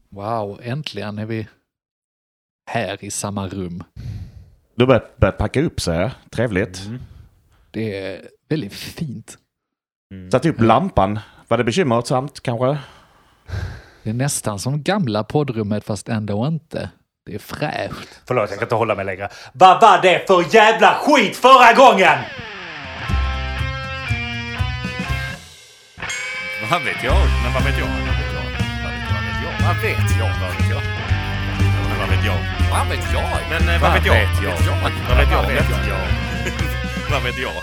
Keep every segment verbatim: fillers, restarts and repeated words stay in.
Wow, äntligen är vi här i samma rum. Du börjar, börjar packa upp sig. Trevligt. Mm. Det är väldigt fint. Mm. Satt upp lampan. Var det bekymmersamt kanske? Det är nästan som gamla poddrummet fast ändå inte. Det är fräscht. Förlåt, jag kan inte hålla mig längre. Vad var det för jävla skit förra gången? Vad vet jag? Men vad vet jag? Vad vet jag? Vad vet jag? Vad vet jag? Men vad vet jag? Vad vet jag? Men vad vet jag? Vad vet jag? Vad vet jag? Vad vet jag?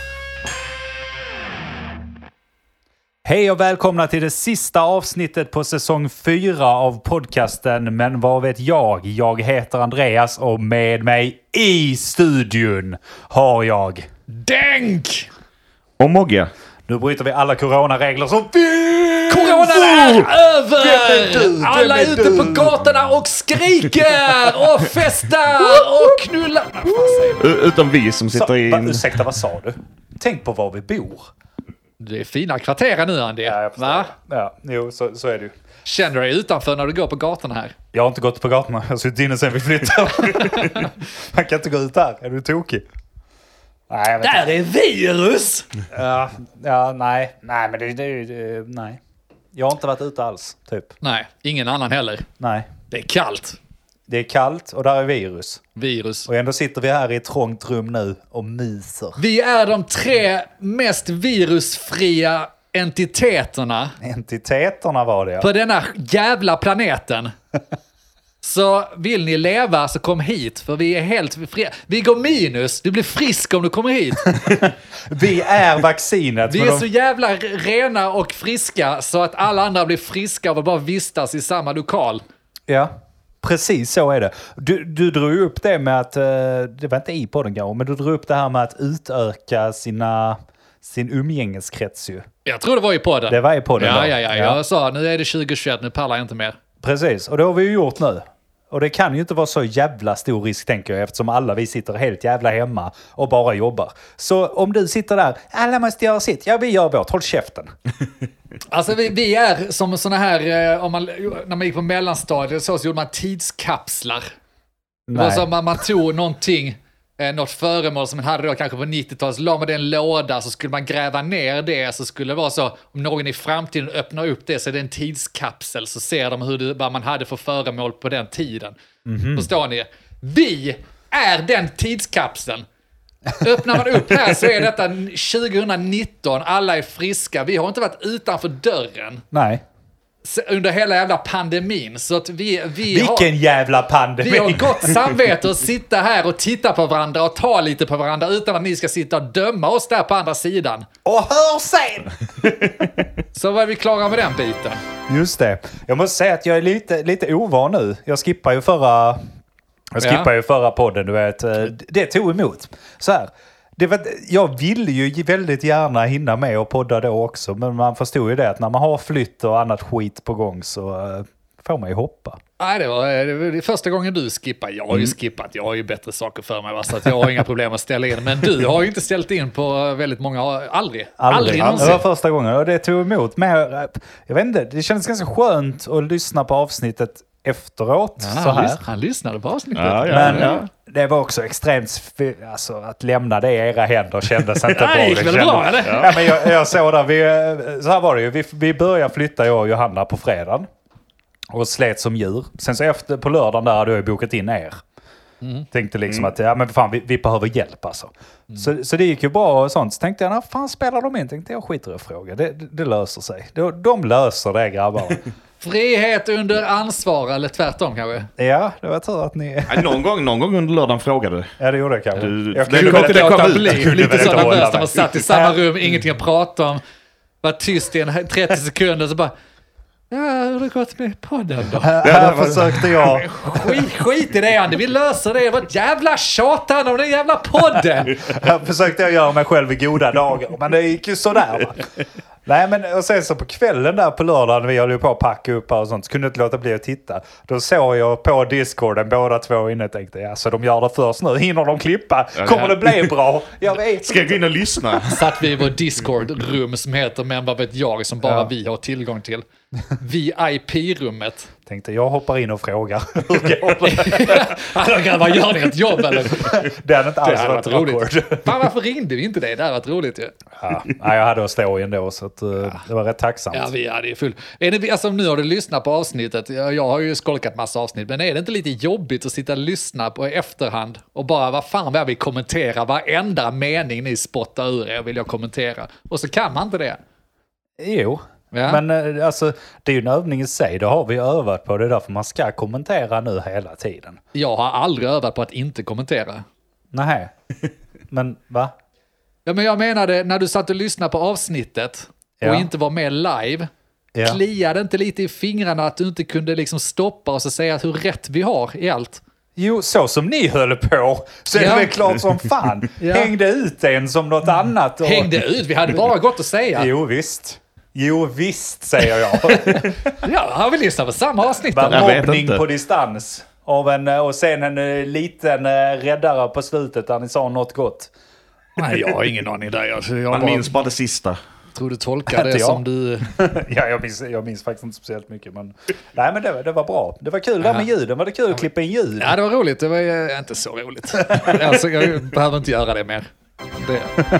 Hej och välkomna till det sista avsnittet på säsong fyra av podcasten Men vad vet jag? Jag heter Andreas och med mig i studion har jag Denk! Och Mogge. Nu bryter vi alla coronaregler som finns! Corona är över! Alla är ute på gatorna och skriker och festar och knullar. Utom vi som sitter i... Va, ursäkta, vad sa du? Tänk på var vi bor. Det är fina kvarter nu, Andy. Ja, jag förstår. Va? Ja, jo, så, så är det ju. Känner du dig utanför när du går på gatorna här? Jag har inte gått på gatorna. Jag har suttit inne sen vi flyttade. Man kan inte gå ut här. Är du tokig? Nej, jag vet Där är virus! Ja, ja, nej. Nej, men det, det, det, nej. Jag har inte varit ute alls, typ. Nej, ingen annan heller. Nej. Det är kallt. Det är kallt och där är virus. Virus. Och ändå sitter vi här i ett trångt rum nu och myser. Vi är de tre mest virusfria entiteterna Entiteterna var det, ja. på denna jävla planeten. Så vill ni leva så kom hit, för vi är helt fria. Vi går minus, du blir frisk om du kommer hit. Vi är vaccinet. Vi är de... så jävla rena och friska så att alla andra blir friska av att bara vistas i samma lokal. Ja, precis så är det. Du, du drog upp det med att, det var inte i podden kanske, men du drog upp det här med att utöka sina, sin umgängeskrets ju. Jag tror det var i podden. Det var i podden. Ja, ja, ja, ja. Jag sa, nu är det tjugo tjugoett, nu pallar jag inte mer. Precis, och det har vi ju gjort nu. Och det kan ju inte vara så jävla stor risk, tänker jag, eftersom alla vi sitter helt jävla hemma och bara jobbar. Så om du sitter där, alla måste göra sitt. Ja, vi gör vårt. Håll käften. Alltså vi, vi är som såna här, om man, när man gick på mellanstadiet så, så gjorde man tidskapslar. Det var som man, man tog någonting, eh, något föremål som man hade då kanske på nittiotalet, så la man det i en låda, så skulle man gräva ner det, så skulle det vara så, om någon i framtiden öppnar upp det så är det en tidskapsel, så ser de hur det, vad man hade för föremål på den tiden. Mm-hmm. Förstår ni? Vi är den tidskapseln. Öppnar man upp här så är detta tjugonitton, alla är friska, vi har inte varit utanför dörren. Nej. Under hela jävla pandemin. Så att vi, vi Vilken har, jävla pandemi! Vi har gott samvete att sitta här och titta på varandra och ta lite på varandra utan att ni ska sitta och döma oss där på andra sidan. Och hör sen! Så var vi klara med den biten. Just det. Jag måste säga att jag är lite, lite ovan nu. Jag skippar ju förra... Jag skippar ja. ju förra podden, du vet. Det tog emot. Så här. Det var, jag ville ju väldigt gärna hinna med och podda då också, men man förstod ju det att när man har flytt och annat skit på gång så uh, får man ju hoppa. Nej, det var, det var första gången du skippade. Jag har ju skippat, jag har ju bättre saker för mig, så att jag har inga problem att ställa in. Men du har ju inte ställt in på väldigt många, aldrig. Aldrig, aldrig någonsin. Det var första gången och det tog emot. Men jag vet inte, det kändes ganska skönt att lyssna på avsnittet efteråt. Ja, så han, här. Lys- han lyssnade på avsnittet. Ja, ja, men ja. Det var också extremt, alltså att lämna det i era händer kändes inte bra. Nej, det gick väl bra, eller? Ja, men jag, jag såg där, vi, så här var det ju, vi, vi började flytta, jag och Johanna, på fredagen. Och slet som djur. Sen så efter, på lördagen där hade jag bokat in er. Mm. Tänkte liksom mm. att, ja men fan, vi, vi behöver hjälp alltså. Mm. Så, så det gick ju bra och sånt. Så tänkte jag, när fan spelar de in? Tänkte jag, skiter i att fråga. Det, det, det löser sig. De, de löser det, grabbar. Frihet under ansvar, eller tvärtom kanske? Ja, det var tur att ni... Ja, någon, gång, någon gång under lördagen frågade du. Ja, det gjorde jag kanske. Du, jag det kunde inte låta ut. bli. Lite så nervöst när man satt i samma rum, ingenting att prata om. Var tyst i en trettio sekunder, så bara... Ja, hur har det gått med podden då? Här försökte jag... Skit, skit i det, Andy. Vi löser det. Det var ett jävla tjatan om den jävla podden. Här försökte jag göra mig själv i goda dagar. Men det gick ju sådär, va? Nej, men och sen så på kvällen där på lördagen, vi höll ju på att packa upp och sånt, så kunde jag inte låta bli att titta. Då såg jag på Discorden, båda två inne, tänkte jag, så de gör det först nu. Hinner de klippa? Kommer det bli bra? Jag vet. Ska jag gå in och lyssna? Satt vi i vår Discord-rum som heter Men vad vet jag, som bara ja. vi har tillgång till. V I P-rummet. Tänkte jag hoppar in och frågar. Hur går det? Hallå grabbar, gör ni ett jobb eller? Det hade inte alls Det hade varit varit roligt. Fan, varför ringde vi inte dig? Det hade varit roligt ju. Ja, nej, jag hade att stå ändå så att, uh, det var rätt tacksamt. Ja, vi hade ju full. Är det, alltså, nu har du lyssnat på avsnittet. Jag, jag har ju skolkat massa avsnitt. Men är det inte lite jobbigt att sitta och lyssna på i efterhand och bara, vad fan vad jag vill kommentera? Varenda mening ni spottar ur er vill jag kommentera. Och så kan man inte det. Jo. Ja. Men alltså, det är ju en övning i sig. Det har vi övat på. Det är därför man ska kommentera nu hela tiden. Jag har aldrig övat på att inte kommentera. Nej. Men va? Ja, men jag menade, när du satt och lyssnade på avsnittet och Ja. inte var med live, Ja. kliade inte lite i fingrarna att du inte kunde liksom stoppa oss och säga hur rätt vi har i allt? Jo, så som ni höll på så är Ja. det väl klart som fan. Ja. Hängde ut en som något annat. Och... Hängde ut, vi hade bara gått att säga. Jo, visst. Jo, visst, säger jag. Ja, har vi lyssnat på samma avsnitt? Bara Jag vet mobbning inte. på distans. Av en, och sen en eh, liten eh, räddare på slutet där ni sa något gott. Nej, jag har ingen aning där. Jag, jag Man bara, minns bara det sista. tror du tolkar det Inte jag. som du... Ja, jag minns, jag minns faktiskt inte speciellt mycket. Men, nej, men det, var- det var bra. Det var kul där med ljuden. Var det kul att klippa in ljud? Ja, det var roligt. Det var eh, inte så roligt. Alltså, jag behöver inte göra det mer. Det...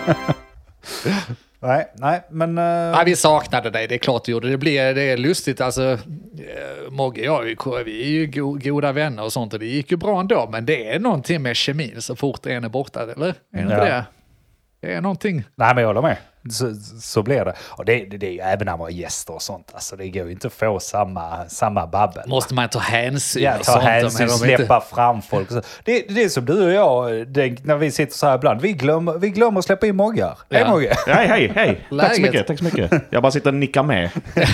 Nej, nej, men... eh, Nej, vi saknade dig, det är klart du gjorde. Det, blir, det är lustigt, alltså eh, Mogge och jag, vi, vi är ju go, goda vänner och sånt och det gick ju bra ändå, men det är någonting med kemin så fort en är borta, eller? Är det inte Ja. det? Det är någonting. Nej, men jag håller med. Så, så blir det. Och det, det, det är ju även när man har gäster och sånt. Alltså det går ju inte att få samma, samma babbel. Måste man ta hänsyn Ja, och ta sånt? hänsyn, men de släppa inte... fram folk. Och så. Det, det är som du och jag, det, när vi sitter så här ibland. Vi glömmer, vi glömmer att släppa in Moggar. Hej Ja. Mogge! Hej, hej, hej. Tack så Läget? mycket, tack så mycket. Jag bara sitter och nickar med.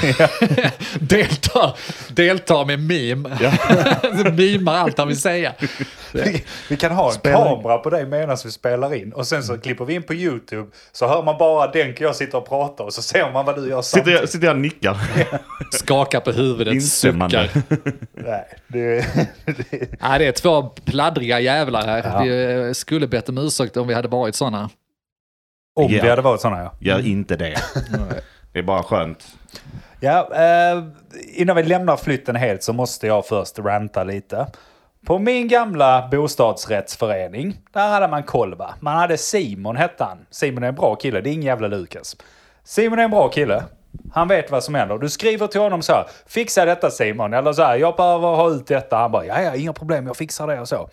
delta, delta med meme. Ja. Mimar allt han vill säga. Vi, vi kan ha en Spelar- kamera på dig medan vi spelar in. Och sen så klipper vi in på YouTube. Så hör man bara Denk och jag sitter och pratar. Och så ser man vad du gör Sitter samtidigt. jag, sitter jag och nickar. Skakar på huvudet, Instämmande. suckar. Nej, det, det, Nej, det är två pladdriga jävlar här. Ja. Vi eh, skulle bett om ursäkt om vi hade varit sådana. om Ja. vi hade varit sådana, ja. Gör inte det. Det är bara skönt. Ja, eh, innan vi lämnar flytten helt så måste jag först ranta lite. På min gamla bostadsrättsförening, där hade man koll va. Man hade Simon hette han. Simon är en bra kille, det är ingen jävla Lukas. Simon är en bra kille. Han vet vad som händer. Du skriver till honom så här, fixa detta Simon. Eller så här, jag behöver ha ut detta. Han bara, ja ja, inga problem, jag fixar det och så.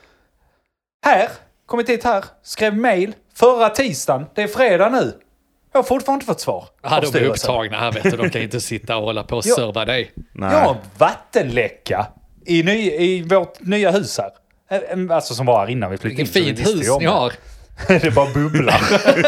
Här, kommit hit här, skrev mail förra tisdagen, det är fredag nu. Jag har fortfarande inte fått svar. Ja, av de är styrelsen. upptagna här vet du. De kan inte sitta och hålla på och Ja. serva dig. Nej. Jag har en vattenläcka i, ny, i vårt nya hus här. Eh, Alltså som var här innan vi flyttade Vilket in. så vi fint visste hus ju om ni det. har. Det bara bubblar.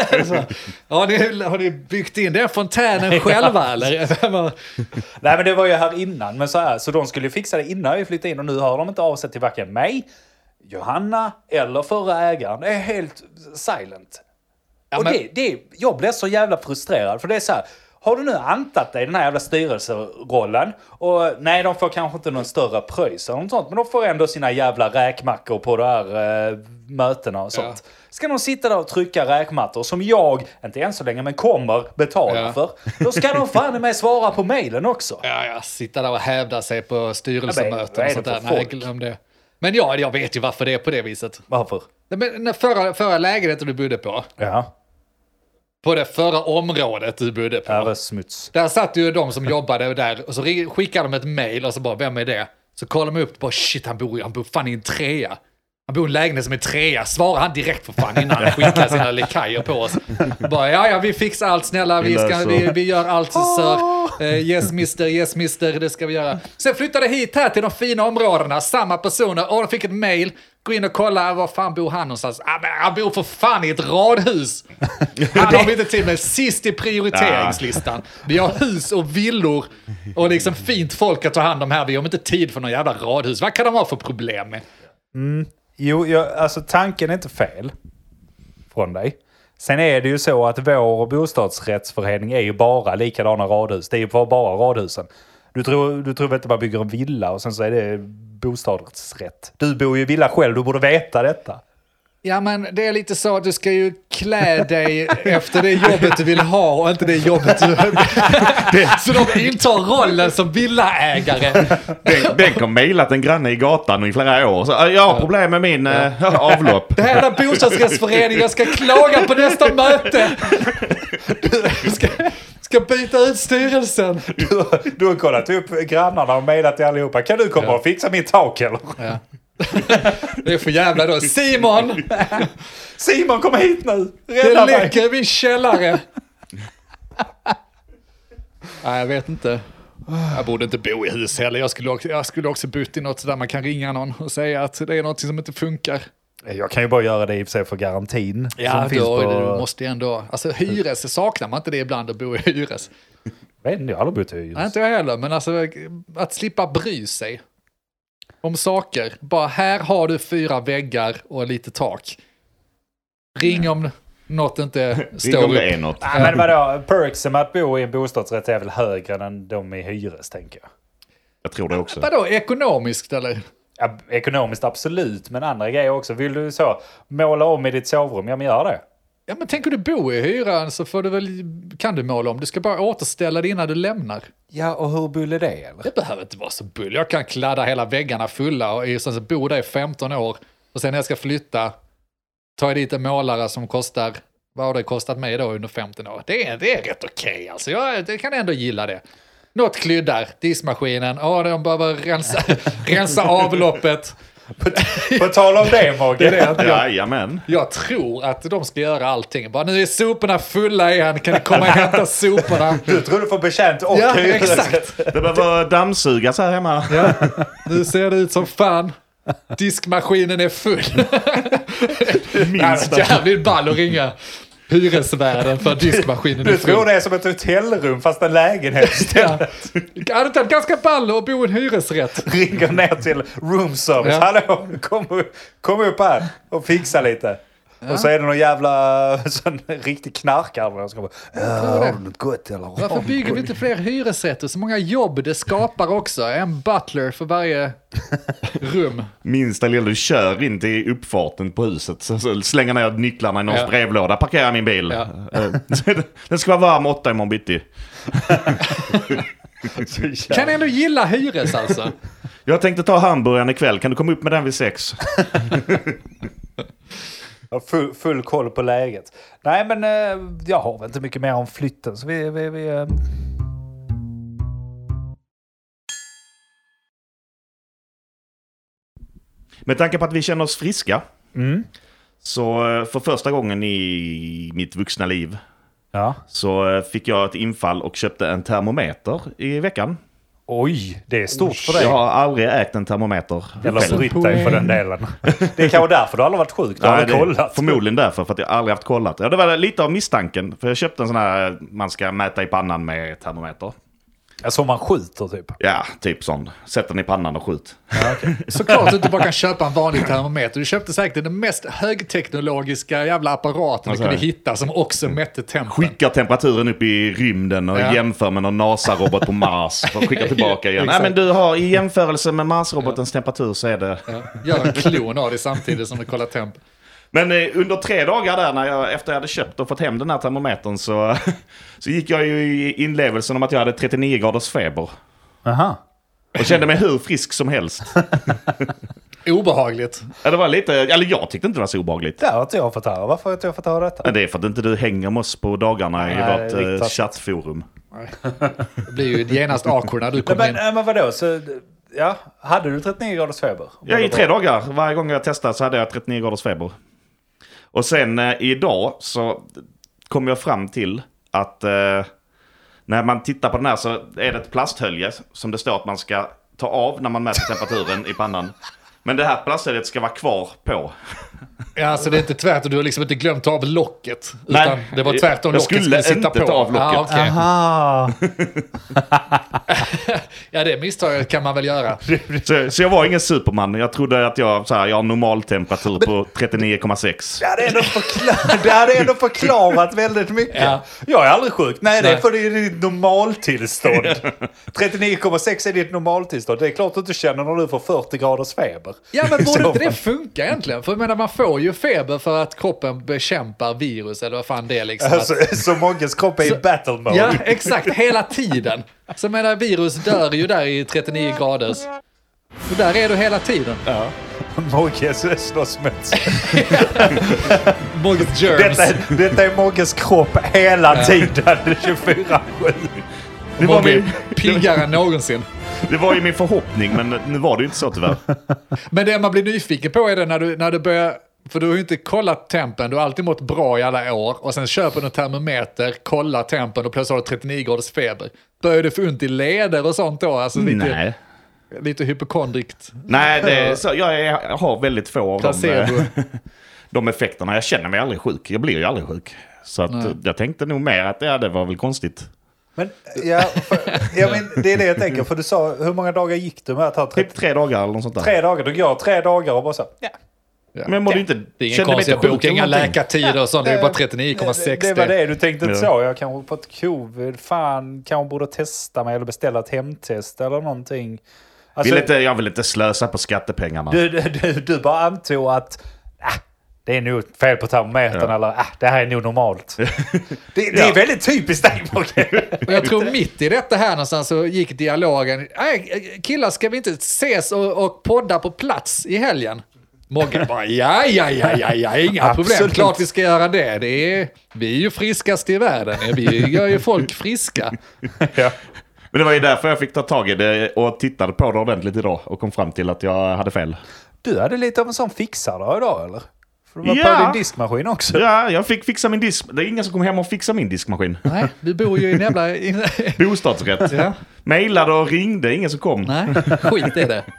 Har ni, har ni byggt in den fontänen själva eller? Nej men det var ju här innan. Men så här, så de skulle fixa det innan vi flyttade in. Och nu hör de inte av sig till varken mig, Johanna eller förra ägaren. Det är helt silent. Ja, och men- det, det, jag blir så jävla frustrerad. För det är så här, har du nu antat dig den här jävla styrelserollen? Och nej, de får kanske inte någon större pröjs eller något sånt. Men de får ändå sina jävla räkmackor på de här eh, mötena och sånt. Ja. Ska de sitta där och trycka räkmattor som jag, inte än så länge, men kommer betala Ja. för. Då ska de fan med svara på mejlen också. Ja, ja, sitta där och hävda sig på styrelsemöten vad är och det sånt för där. Nej, folk? glöm det. Men ja, jag vet ju varför det är på det viset. Varför? Nej, men när förra, förra lägenheten du bodde på, Ja, på det förra området du bodde på. här är smuts. Där satt ju de som jobbade där och så ring- skickade de ett mejl och så bara, vem är det? Så kollar de upp och bara, shit han bor, han bor fan i en trea. Han bor i en lägenhet som är trea. Svarar han direkt för fan innan han skickar sina lekajer på oss. Bara, ja ja vi fixar allt snälla, vi, Vi ska, löser. vi, vi gör allt sir. Uh, yes mister, yes mister, det ska vi göra. Sen flyttade hit här till de fina områdena, samma personer, och de fick ett mejl. Gå in och kolla, var fan bor han någonstans? Ah, men han bor för fan i ett radhus. Han har vi inte till med sist i prioriteringslistan. Vi har hus och villor och liksom fint folk att ta hand om här. Vi har inte tid för någon jävla radhus. Vad kan de ha för problem med? Jo, jag, alltså tanken är inte fel från dig. Sen är det ju så att vår bostadsrättsförening är ju bara likadana radhus. Det är ju bara radhusen. Du tror, du tror väl inte man bygger en villa och sen så är det bostadsrätt. Du bor ju i villa själv, du borde veta detta. Ja, men det är lite så att du ska ju klä dig efter det jobbet du vill ha och inte det jobbet du... Så de intar rollen som villaägare. Bengt har mejlat en granne i gatan i flera år. Så, jag har problem med min äh, avlopp. Det här är bostadsrättsföreningen, jag ska klaga på nästa möte. Du ska, ska byta ut styrelsen. Du, du har kollat upp grannarna och mejlat till allihopa. Kan du komma ja. och fixa min tak eller? Ja. Det är för jävla då. Simon! Simon, kom hit nu! Rädda det läcker i min källare. Nej, jag vet inte. Jag borde inte bo i hus heller. Jag skulle också, jag skulle också bytt i något där man kan ringa någon och säga att det är något som inte funkar. Jag kan ju bara göra det i och för sig för garantin. Ja, då, på... du måste ändå... Alltså hyres, saknar man inte det ibland att bo i hyres? Jag vet inte, jag har aldrig bott i hyres. Nej, inte jag heller, men alltså att slippa bry sig om saker. Bara här har du fyra väggar och lite tak. Ring om något inte står Ring om det upp. är något. Nej, men vadå, perksen med att bo i en bostadsrätt är väl högre än de i hyres, tänker jag. Jag tror det också. Vadå, ekonomiskt eller? Ja, ekonomiskt absolut, men andra grejer också. Vill du så måla om i ditt sovrum? Ja, men gör det. Ja, men tänker du bo i hyran så får du väl, kan du måla om. Du ska bara återställa det innan du lämnar. Ja, och hur bull är det eller? Det behöver inte vara så bull. Jag kan kladda hela väggarna fulla och sen så bo där i femton år. Och sen när jag ska flytta tar jag dit en målare som kostar, vad har det kostat mig då under femton år? Det är, det är rätt okej okay, alltså. Jag det kan ändå gilla det. Något kryddar, diskmaskinen, åh, de behöver rensa, rensa avloppet. På, på tal om det, Mogge. Det är det jag, Jajamän. jag tror att de ska göra allting. Bara nu är soporna fulla igen, kan ni komma och hämta soporna? Du tror du får bekänt och ja, exakt. Det behöver dammsugas här hemma. Ja, nu ser det ut som fan. Diskmaskinen är full. Minst. Det är jävligt ball att ringa hyresvärden för diskmaskinen. Du tror det är som ett hotellrum fast en lägenhet istället. Ja. Det är ganska ball att bo i en hyresrätt. Ringer ner till room service. Ja. Hallå, kom, kom upp här och fixa lite. Ja. Och så är det någon jävla sån riktig knarkare. Jag ska bara, ja, har du något gott eller? Varför bygger vi inte fler hyresrätter? Så många jobb det skapar också. En butler för varje rum. Minsta lilla du kör in till uppfarten på huset. Så, så slänger ner nycklarna i någons ja. brevlåda. Parkerar min bil. Ja. Den ska vara varm åtta imorgon bitti. Kan ändå gilla hyres alltså? Jag tänkte ta hamburgaren ikväll. Kan du komma upp med den vid sex? Full, full koll på läget. Nej, men eh, jag har väl inte mycket mer om flytten. Så vi... vi, vi eh... Med tanke på att vi känner oss friska. Mm. Så för första gången i mitt vuxna liv. Ja. Så fick jag ett infall och köpte en termometer i veckan. Oj, det är stort för dig. Jag har aldrig ägt en termometer. Eller brytt dig för den delen. Det är kanske därför du aldrig varit sjuk. Du har aldrig kollat. Förmodligen därför, för att jag aldrig haft kollat. Ja, det var lite av misstanken. För jag köpte en sån här, man ska mäta i pannan med termometer. Alltså man skjuter typ? Ja, typ sån. Sätter den i pannan och skjut. Ja, okay. Såklart att du inte bara kan köpa en vanlig termometer. Du köpte säkert den mest högteknologiska jävla apparaten alltså, du kunde hitta som också mätte tempen. Skickar temperaturen upp i rymden och ja. jämför med någon NASA-robot på Mars för att skicka tillbaka igen. Nej, men du har i jämförelse med Mars-robotens ja. temperatur så är det... Ja. Gör en klon av det samtidigt som du kollar temp. Men eh, under tre dagar där, när jag, efter jag hade köpt och fått hem den här termometern så, så gick jag ju i inlevelsen om att jag hade trettionio graders feber. Aha. Och kände mig hur frisk som helst. Obehagligt. Ja, det var lite, eller jag tyckte inte det var så obehagligt. Det har inte jag fått höra. Varför har inte jag fått höra detta? Ja, det är för att inte du hänger med oss på dagarna Nej, i vårt eh, chattforum. Det blir ju genast awkward när du kommer men, in. Men, men vadå, så... Ja, hade du trettionio graders feber? Ja, i tre dagar. Varje gång jag testade så hade jag trettionio graders feber. Och sen eh, idag så kom jag fram till att eh, när man tittar på den här så är det ett plasthölje som det står att man ska ta av när man mäter temperaturen i pannan. Men det här plasthöljet ska vara kvar på. Ja, alltså det är inte tvärtom. Du har liksom inte glömt av locket. Utan Nej, det var tvärtom. Jag skulle, skulle sitta inte på. ta av locket. Ah, okay. Aha. Ja, det misstaget kan man väl göra. Så, så jag var ingen superman. Jag trodde att jag, så här, jag har normal temperatur på trettionio komma sex. Det hade ändå förklarat, det hade ändå förklarat väldigt mycket. Ja. Jag är aldrig sjuk. Nej, det är för det är ditt normaltillstånd. trettionio komma sex är ditt normaltillstånd. Det är klart att du inte känner när du får fyrtio graders feber. Ja, men borde inte det funka egentligen? För jag menar, man man får ju feber för att kroppen bekämpar virus, eller vad fan det är liksom. Alltså, att, så Mogges kropp är i battle mode. ja, exakt, hela tiden. Så menar, virus dör ju där i trettionio graders. Och där är du hela tiden. Ja. Mogges slåss med... Mogges germs. Detta, detta är Mogges kropp hela ja. tiden, tjugofyra sju. Det var min... piggare än någonsin. Det var ju min förhoppning, men nu var det ju inte så tyvärr. Men det man blir nyfiken på är det när du, när du börjar... För du har ju inte kollat tempen, du har alltid mått bra i alla år. Och sen köper du en termometer, kollar tempen och plötsligt har du trettionio graders feber. Börjar du få ont i leder och sånt då? Alltså lite, Nej. Lite hypokondrikt. Nej, det är så, jag, är, jag har väldigt få av de, de effekterna. Jag känner mig aldrig sjuk. Jag blir ju aldrig sjuk. Så att, jag tänkte nog mer att ja, det var väl konstigt. Men, ja, för, ja, men det är det jag tänker. För du sa, hur många dagar gick du med att ha tre, typ tre dagar eller något sånt där? Tre dagar, du går tre dagar och bara så, ja. Ja. Men må ja. du inte... Det är ingen konstig bok, inga läkartider och sånt. Det är bara trettionio komma sex. Det, det var det du tänkte inte ja. så. Jag kanske fått covid. Fan, kanske borde testa mig eller beställa ett hemtest eller någonting. Alltså, vill inte, jag vill inte slösa på skattepengarna. Du, du, du, du bara antog att ah, det är nog fel på termometern ja. eller ah, det här är nog normalt. det, det ja. är väldigt typiskt dig, Mogge. Jag tror mitt i detta här någonstans så gick dialogen. Killar, ska vi inte ses och, och podda på plats i helgen? Mogge bara, ja, ja, ja, ja, ja, inga problem. Klart vi ska göra det. det är, vi är ju friskast i världen. Vi gör ju folk friska. Ja. Men det var ju därför jag fick ta tag i det och tittade på det ordentligt idag och kom fram till att jag hade fel. Du hade lite av en sån fixare idag, eller? För du var ja. på din diskmaskin också. Ja, jag fick fixa min disk. Det är ingen som kommer hem och fixa min diskmaskin. Nej, du bor ju i en jävla... bostadsrätt. Ja. Mailade och ringde, ingen som kom. Nej, skit är det.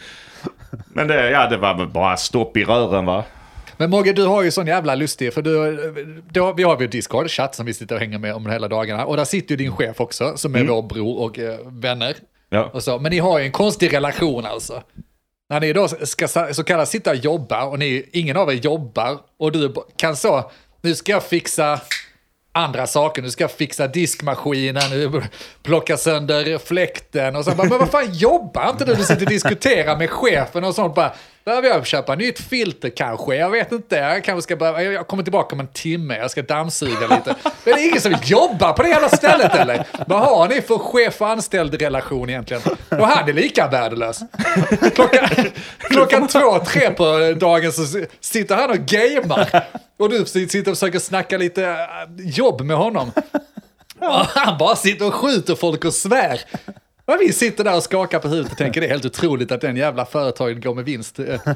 Men det, ja, det var bara stopp i rören, va? Men Mogge, du har ju sån jävla lustig, för du, då, vi har ju Discord-chatt som vi sitter och hänger med om hela dagarna. Och där sitter ju din chef också, som är mm. vår bror och eh, vänner. Ja. Och så. Men ni har ju en konstig relation alltså. När ni då ska så kallat sitta och jobba och ni, ingen av er jobbar och du kan så, nu ska jag fixa andra saker, nu ska jag fixa diskmaskinen, nu plocka sönder fläkten och så bara, men vad fan, jobbar inte du? Du sitter och diskuterar med chefen och sånt bara, behöver jag köpa nytt filter kanske? Jag vet inte, jag kanske ska bara, jag kommer tillbaka om en timme, jag ska dammsuga lite. Men det är ingen som vill jobba på det hela stället eller? Vad har ni för chef och anställd relation egentligen? Och han är lika värdelös. Klockan, klockan två, tre på dagen så sitter han och gamer. Och du sitter och försöker snacka lite jobb med honom. Och han bara sitter och skjuter folk och svär. Och vi sitter där och skakar på huvudet och tänker det är helt otroligt att den jävla företaget går med vinst.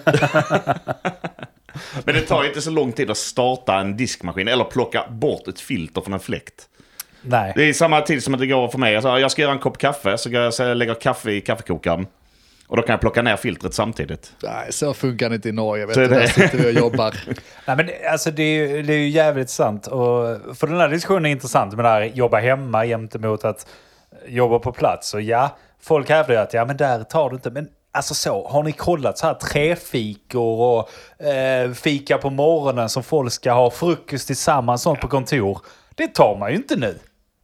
Men det tar ju inte så lång tid att starta en diskmaskin eller plocka bort ett filter från en fläkt. Nej. Det är samma tid som att det går för mig. Alltså, jag ska göra en kopp kaffe, så jag ska lägga kaffe i kaffekokaren. Och då kan jag plocka ner filtret samtidigt. Nej, så funkar det inte i Norge. Vet du, där sitter vi och jobbar. Nej, men det, alltså, det, är ju, det är ju jävligt sant. Och för den här diskussionen är intressant med det här jobba hemma jämt emot att jobba på plats. Och ja, folk hävdar ju att ja, men där tar du inte. Men alltså så, har ni kollat så här träfikor och eh, fika på morgonen som folk ska ha frukost tillsammans sånt på kontor? Det tar man ju inte nu.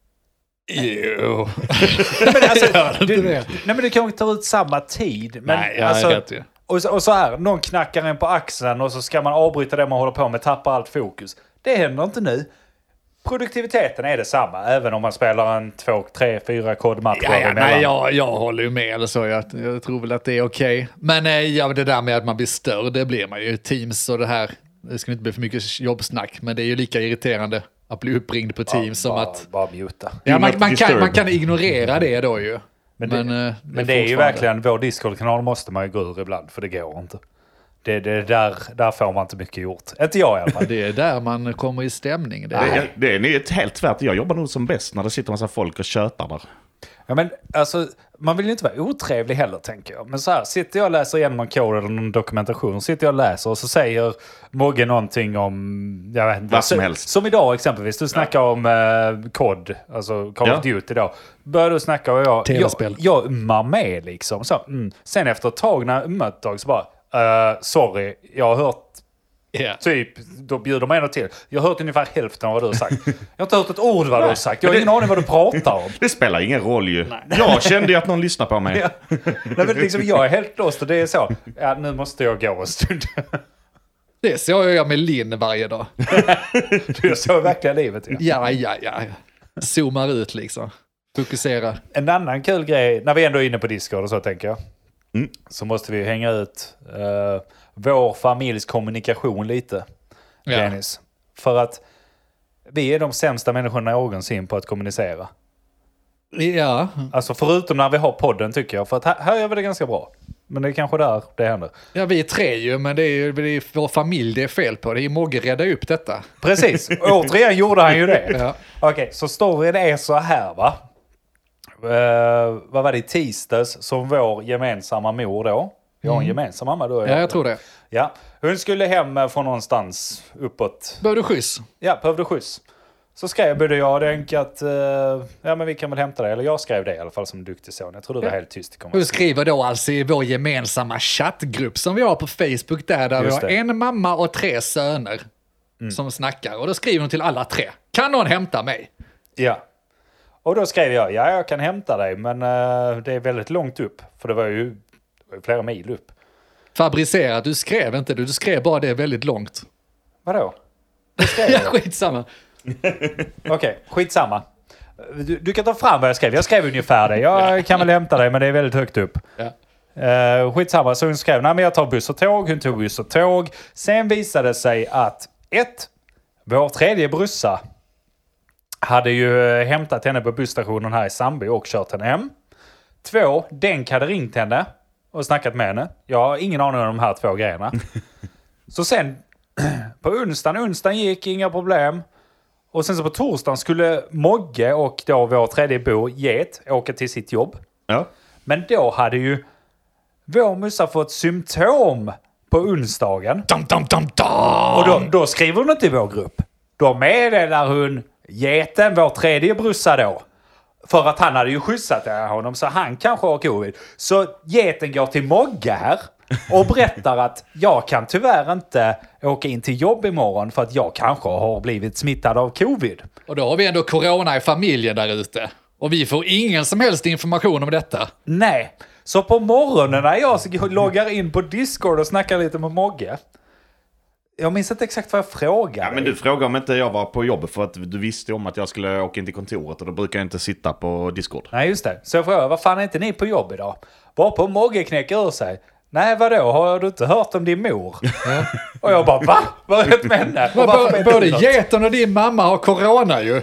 Jo. nej, men alltså, det, nej men det kanske tar ut samma tid. Men nej, jag alltså, vet ju. Och, och så här, någon knackar en på axeln och så ska man avbryta det man håller på med, tappa allt fokus. Det händer inte nu. Produktiviteten är detsamma, även om man spelar en två, tre, fyra kodmatcher. Ja, ja, nej, jag, jag håller ju med. Eller så. Jag, jag tror väl att det är okej. Okay. Men ja, det där med att man blir störd, det blir man ju. Teams och det här. Det ska inte bli för mycket jobbsnack, men det är ju lika irriterande att bli uppringd på Teams ja, som bara, att... Bara muta. Ja, man, man, kan, man kan ignorera det då ju. Men det, men, det, men det är ju verkligen, vår Discord-kanal måste man ju gå ur ibland, för det går inte. Det, det där, där får man inte mycket gjort. Inte jag i alla fall. Det är där man kommer i stämning. Det är, det är, det är helt tvärt. Jag jobbar nog som bäst när det sitter en massa folk och tjötar där. Ja, men alltså, man vill ju inte vara otrevlig heller, tänker jag. Men så här, sitter jag och läser igenom en kod eller någon dokumentation, sitter jag och läser och så säger Mogge någonting om, jag vet inte, vad som helst. Som idag exempelvis, du snackar ja. om eh, kod, alltså Call of Duty idag. Börjar du snacka och jag, jag, jag ummar med liksom. Så, mm. Sen efter ett tag när jag ummat ett tag så bara, uh, sorry, jag har hört yeah. typ, då bjuder man ändå till. Jag har hört ungefär hälften av vad du har sagt. Jag har inte hört ett ord vad du har sagt. Jag har ingen aning vad du pratar om. Det spelar ingen roll ju. Nej. Jag kände ju att någon lyssnar på mig. Ja. Nej, men liksom, jag är helt lost och det är så. Ja, nu måste jag gå en stund. Det så jag med Linn varje dag. Du så verkligen livet. Ja. Ja, ja, ja. Zoomar ut liksom. Fokusera. En annan kul grej, när vi ändå är inne på Discord och så tänker jag. Mm. Så måste vi hänga ut uh, vår familjs kommunikation lite. Ja. Dennis. För att vi är de sämsta människorna någonsin på att kommunicera. Ja. Alltså förutom när vi har podden tycker jag. För att här, här gör vi det ganska bra. Men det är kanske där det händer. Ja, vi är tre ju, men det är ju det är vår familj det är fel på. Det är ju Mogge rädda upp detta. Precis, återigen gjorde han ju det. Ja. Okej, okay, så storyn är så här va. Uh, vad var det i tisdags som vår gemensamma mor då? Jag har en Mm. gemensam mamma då. Ja, jag tror det. Ja, hon skulle hem från någonstans uppåt. Behöver du skjuts? Ja, behövde skjuts. Så skrev både jag och Denk att uh, ja, men vi kan väl hämta det. Eller jag skrev det i alla fall som duktig son. Jag tror du var Ja. helt tyst. Du skriver då alltså i vår gemensamma chattgrupp som vi har på Facebook där, där vi Just har det. en mamma och tre söner Mm. som snackar. Och då skriver de till alla tre. Kan någon hämta mig? Ja. Och då skrev jag, ja jag kan hämta dig men uh, det är väldigt långt upp. För det var ju, det var ju flera mil upp. Fabricerat, du skrev inte du, du skrev bara det väldigt långt. Vadå? Det skrev Ja, jag. skitsamma. Okej, okay, skitsamma. Du, du kan ta fram vad jag skrev. Jag skrev ungefär det. Jag kan väl hämta dig men det är väldigt högt upp. Ja. Uh, skitsamma, så hon skrev, nej men jag tar buss och tåg. Hon tog buss och tåg. Sen visade det sig att ett, vår tredje brussa hade ju hämtat henne på busstationen här i Sandby och kört henne hem. Två, Denk hade ringt henne och snackat med henne. Jag har ingen aning om de här två grejerna. Så sen på onsdagen, onsdagen gick inga problem. Och sen så på torsdagen skulle Mogge och då vår tredje bo, Get, åka till sitt jobb. Ja. Men då hade ju vår mussa fått symptom på onsdagen. Dum, dum, dum, dum. Och då, då skriver hon inte i vår grupp. Då meddelar hon Geten, vår tredje brussa då. För att han hade ju skjutsat honom så han kanske har covid. Så Geten går till Mogge här och berättar att jag kan tyvärr inte åka in till jobb imorgon för att jag kanske har blivit smittad av covid. Och då har vi ändå corona i familjen där ute. Och vi får ingen som helst information om detta. Nej, så på morgonen när jag loggar in på Discord och snackar lite med Mogge. Jag minns inte exakt vad jag frågade. Ja, men du frågade om inte jag var på jobb för att du visste om att jag skulle åka in till kontoret och då brukar jag inte sitta på Discord. Nej, just det. Så jag frågade, vad fan är inte ni på jobb idag? Var på Mogge knäcker ur sig. Nej, vadå? Har du inte hört om din mor? Ja. Och jag bara, va? Vad är det med henne? Och varför vet Både du något? Geten och din mamma har corona ju.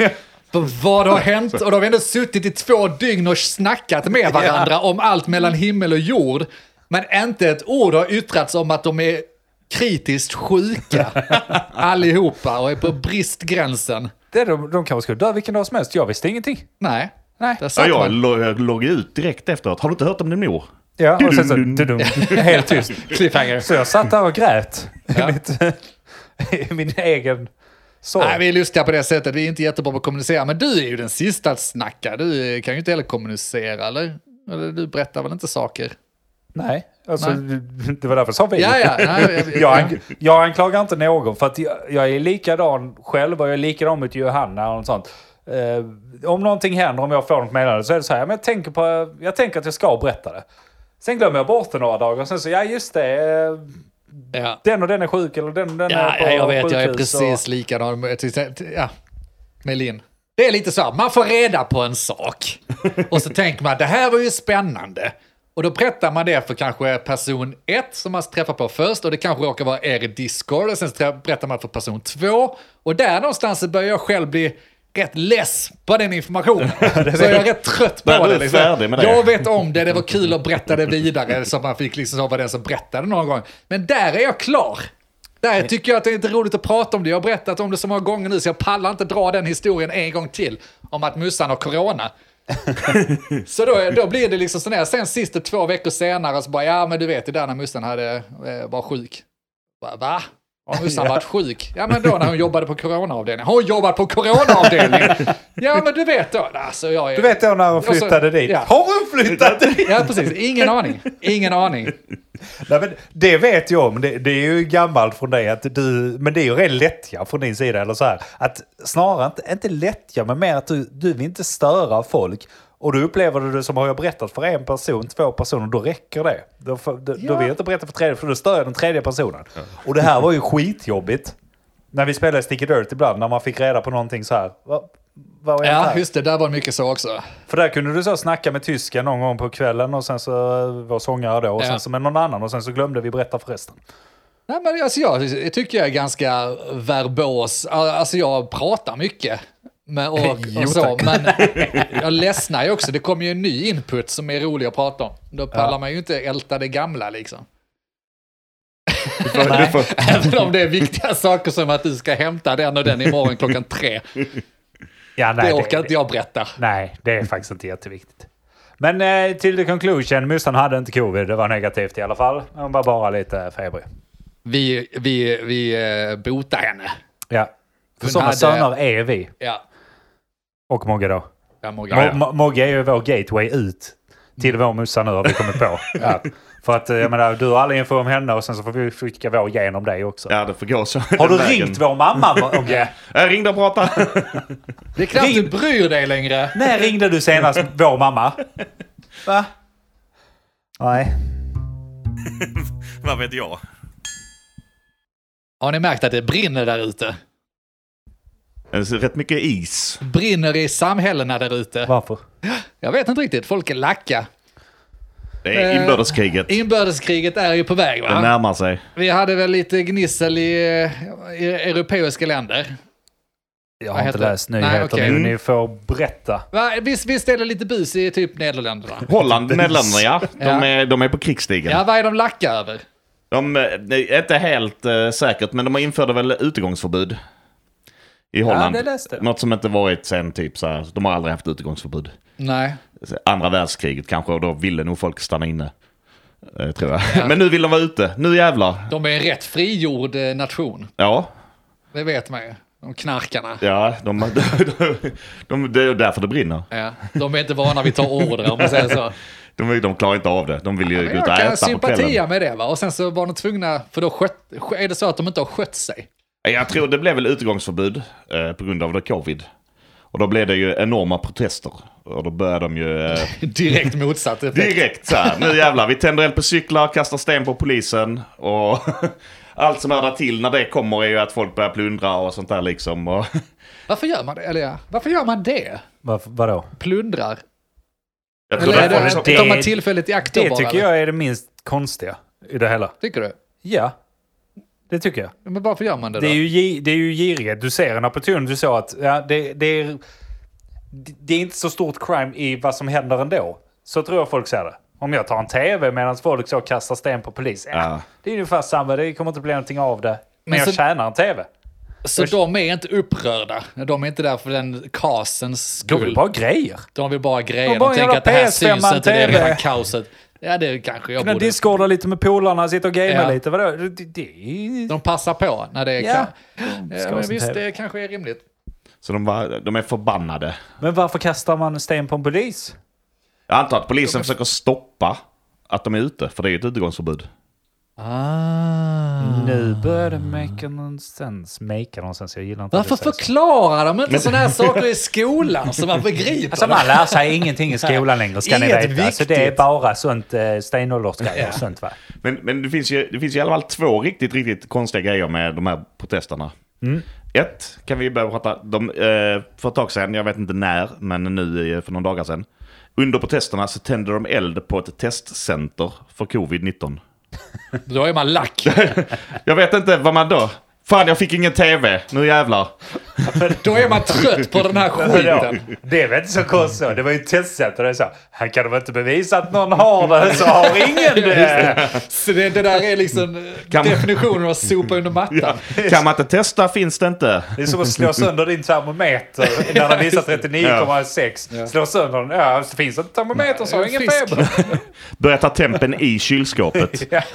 Vad har hänt? Och då har vi ändå suttit i två dygn och snackat med varandra Ja. om allt mellan himmel och jord. Men inte ett ord har yttrats om att de är kritiskt sjuka allihopa och är på bristgränsen. Det är de, de kanske skulle dö vilken dag som helst. Jag visste ingenting. Nej. Nej. Där Ja, satt jag man. lo- logg ut direkt efteråt. Har du inte hört om din mor? Ja, och sen så, dudum, helt tyst. Cliffhanger. Så jag satt där och grät. Ja. I, mitt, i min egen sorg. Nej, vi är lustiga på det sättet. Vi är inte jättebra på att kommunicera. Men du är ju den sista att snacka. Du kan ju inte heller kommunicera, eller? Eller du berättar väl inte saker? Nej, alltså, Nej. det var därför jag sa vi. Ja, ja. Nej, jag, jag, ang- jag anklagar inte någon för att jag, jag är likadan själv och jag är likadan mot Johanna och något sånt. Eh, om någonting händer, om jag får något meddelande så är det så här, men jag tänker, på, jag tänker att jag ska berätta det. Sen glömmer jag bort det några dagar och sen så, ja just det, eh, ja. den och den är sjuk eller den och den Ja, är på ja, jag vet, jag är sjukhus precis och... likadan. Ja, med Linn. Det är lite så här, man får reda på en sak. Och så tänker man, det här var ju spännande. Och då berättar man det för kanske person ett som man träffar på först. Och det kanske råkar vara er i Discord. Och sen berättar man för person två. Och där någonstans så börjar jag själv bli rätt less på den informationen. Så jag är rätt trött på Där är det. du Liksom. färdig med det. Jag vet om det, det var kul att berätta det vidare. Så man fick liksom vara den som berättade någon gång. Men där är jag klar. Där tycker jag att det är inte roligt att prata om det. Jag har berättat om det så många gånger nu så jag pallar inte dra den historien en gång till. Om att mussan har corona. Så då, då blir det liksom sån här. Sen sista två veckor senare så bara, ja men du vet det där när mussan hade, eh, var sjuk. Va? Va? Har mussan varit sjuk? Ja men då när hon jobbade på coronaavdelningen. Har hon jobbat på coronaavdelningen? Ja men du vet då. Alltså, jag är, Du vet då när hon flyttade så, dit. ja. Har hon flyttat dit? Ja precis, ingen aning. Ingen aning. Nej, men det vet jag om. Det, det är ju gammalt från dig. Att du, men det är ju ren lättja från din sida. Eller så här. Att snarare inte, inte lättja, men mer att du, du vill inte störa folk. Och då upplever du det som har jag berättat för en person, två personer, då räcker det. Då, då, ja. då vill jag inte berätta för tredje, för då stör jag den tredje personen. Ja. Och det här var ju skitjobbigt. När vi spelade Sticky Dirt ibland, när man fick reda på någonting så här. Va, vad är ja, här? just det. Där var mycket så också. För där kunde du så snacka med tysken någon gång på kvällen och sen så var sångare då och ja. sen så med någon annan och sen så glömde vi berätta för resten. Nej, men alltså jag, jag tycker jag är ganska verbos. Alltså jag pratar mycket. Men, och, och så, men jag ledsnar ju också. Det kommer ju en ny input som är rolig att prata om. Då pallar ja. man ju inte älta det gamla liksom. Du får, du får. Även om det är viktiga saker som att du ska hämta den och den imorgon klockan tre. Ja, nej, det orkar det, inte jag berätta. Nej, det är faktiskt inte jätteviktigt. Men eh, till the conclusion, Mussan hade inte covid. Det var negativt i alla fall. Hon var bara lite febrig. Vi, vi, vi eh, botar henne. Ja, för sådana hade... söner är vi. Ja. Och Mogge då. Ja, Mogge, ja. Mo- Mogge är ju vår gateway ut till mm. vår Mussa nu har vi kommit på. Ja. För att jag menar, du har all info om henne och sen så får vi skicka vår genom dig också. Ja, det får gå så. Har du vägen. ringt vår mamma, Mogge? Jag ringde och pratade. Det är knappt Ring... du bryr dig längre. När ringde du senast vår mamma? Va? Nej. Vad vet jag? Har ni märkt att det brinner där ute? Det är rätt mycket is. Brinner i samhällena där ute. Varför? Jag vet inte riktigt. Folk är lacka. Det är inbördeskriget. Eh, inbördeskriget är ju på väg, va? Det närmar sig. Vi hade väl lite gnissel i, i europeiska länder. Jag har inte läst nyheter. Nej, okay. Ni får berätta. Va? Vi, vi ställer lite bus i typ Nederländerna. Holland, Nederländerna, ja. De, ja. Är, de är på krigsstigen. Ja, vad är de lacka över? De är inte helt uh, säkert, men de införde väl utegångsförbud i Holland. Ja, det läste. Något som inte varit sen typ så här. De har aldrig haft utegångsförbud. Nej. Andra världskriget kanske, och då ville nog folk stanna inne. Eh, tror jag. Ja. Men nu vill de vara ute. Nu jävlar. De är en rätt frigjord eh, nation. Ja. Det vet man ju. De knarkarna. Ja, de, de, de, de, det är därför det brinner. Ja. De är inte vana vid att ta order, om man säger så. De, de klarar inte av det. De vill ju ja, gå ut och äta på kvällen. Jag kan sympatia med det, va? Och sen så var de tvungna, för då skött, är det så att de inte har skött sig. Jag tror det blev väl utegångsförbud eh, på grund av det covid. Och då blev det ju enorma protester. Och då började de ju... Eh, direkt motsatt effekt. Direkt så här. Nu jävlar, vi tänder eld på cyklar, kastar sten på polisen. Och allt som hör där till när det kommer är ju att folk börjar plundra och sånt där liksom. Och varför gör man det? Eller ja, varför gör man det? Varför, vadå? Plundrar. Jag tror eller det, är det, det, tar man tillfället i akt det bara, tycker eller? jag är det minst konstiga i det hela. Tycker du? Ja. Det tycker jag. Men varför gör man det då? Det är ju, det är ju girighet. Du ser en opportunity, du sa att ja, det, det, är, det är inte så stort crime i vad som händer ändå. Så tror jag folk säger det. Om jag tar en tv medan folk så kastar sten på polis. Ja, ja. Det är ungefär samma. Det kommer inte bli någonting av det. Men, men jag så, tjänar en tv. Så jag, de är inte upprörda. De är inte där för den casens skull. De vill bara grejer. De vill bara grejer. De, bara de tänker att det här syns inte. Det är redan kaoset. Ja, det kanske jag Kunna borde... discorda lite med polarna, sitta och gamea ja. lite. Vadå? Det, det... De passar på när det är... Ja. Kan... ja men visst, det kanske är rimligt. Så de, var, de är förbannade. Men varför kastar man sten på en polis? Jag antar att polisen de... försöker stoppa att de är ute, för det är ju ett utegångsförbud. Ah. Nu börjar det make någon sense. Make någon sense. Jag gillar inte varför förklarar de inte sådana här saker i skolan som man begriper? Alltså man lär sig ingenting i skolan längre, ska ni veta. Viktigt. Så det är bara sånt eh, stenåldersgrejer och sånt, va? Men, men det finns ju det finns i alla fall två riktigt, riktigt konstiga grejer med de här protesterna. Mm. Ett, kan vi börja prata. De, eh, för ett tag sedan, jag vet inte när, men nu för några dagar sedan. Under protesterna så tände de eld på ett testcenter för covid nitton. Då är man lack. Jag vet inte vad man då... Fan, jag fick ingen tv. Nu jävlar. Då är man trött på den här skiten. Det är väl inte så konstigt. Det var ju ett testcenter. Det är så. Han kan väl inte bevisa att någon har det, så har ingen det. Så det, det där är liksom kan definitionen av att sopa under mattan. Ja. Kan man inte testa finns det inte. Det är som att slå sönder din termometer när den visar trettionio komma sex. Ja. Slå sönder den. Ja, det finns en termometer så har ingen feber. Börja ta tempen i kylskåpet. Ja.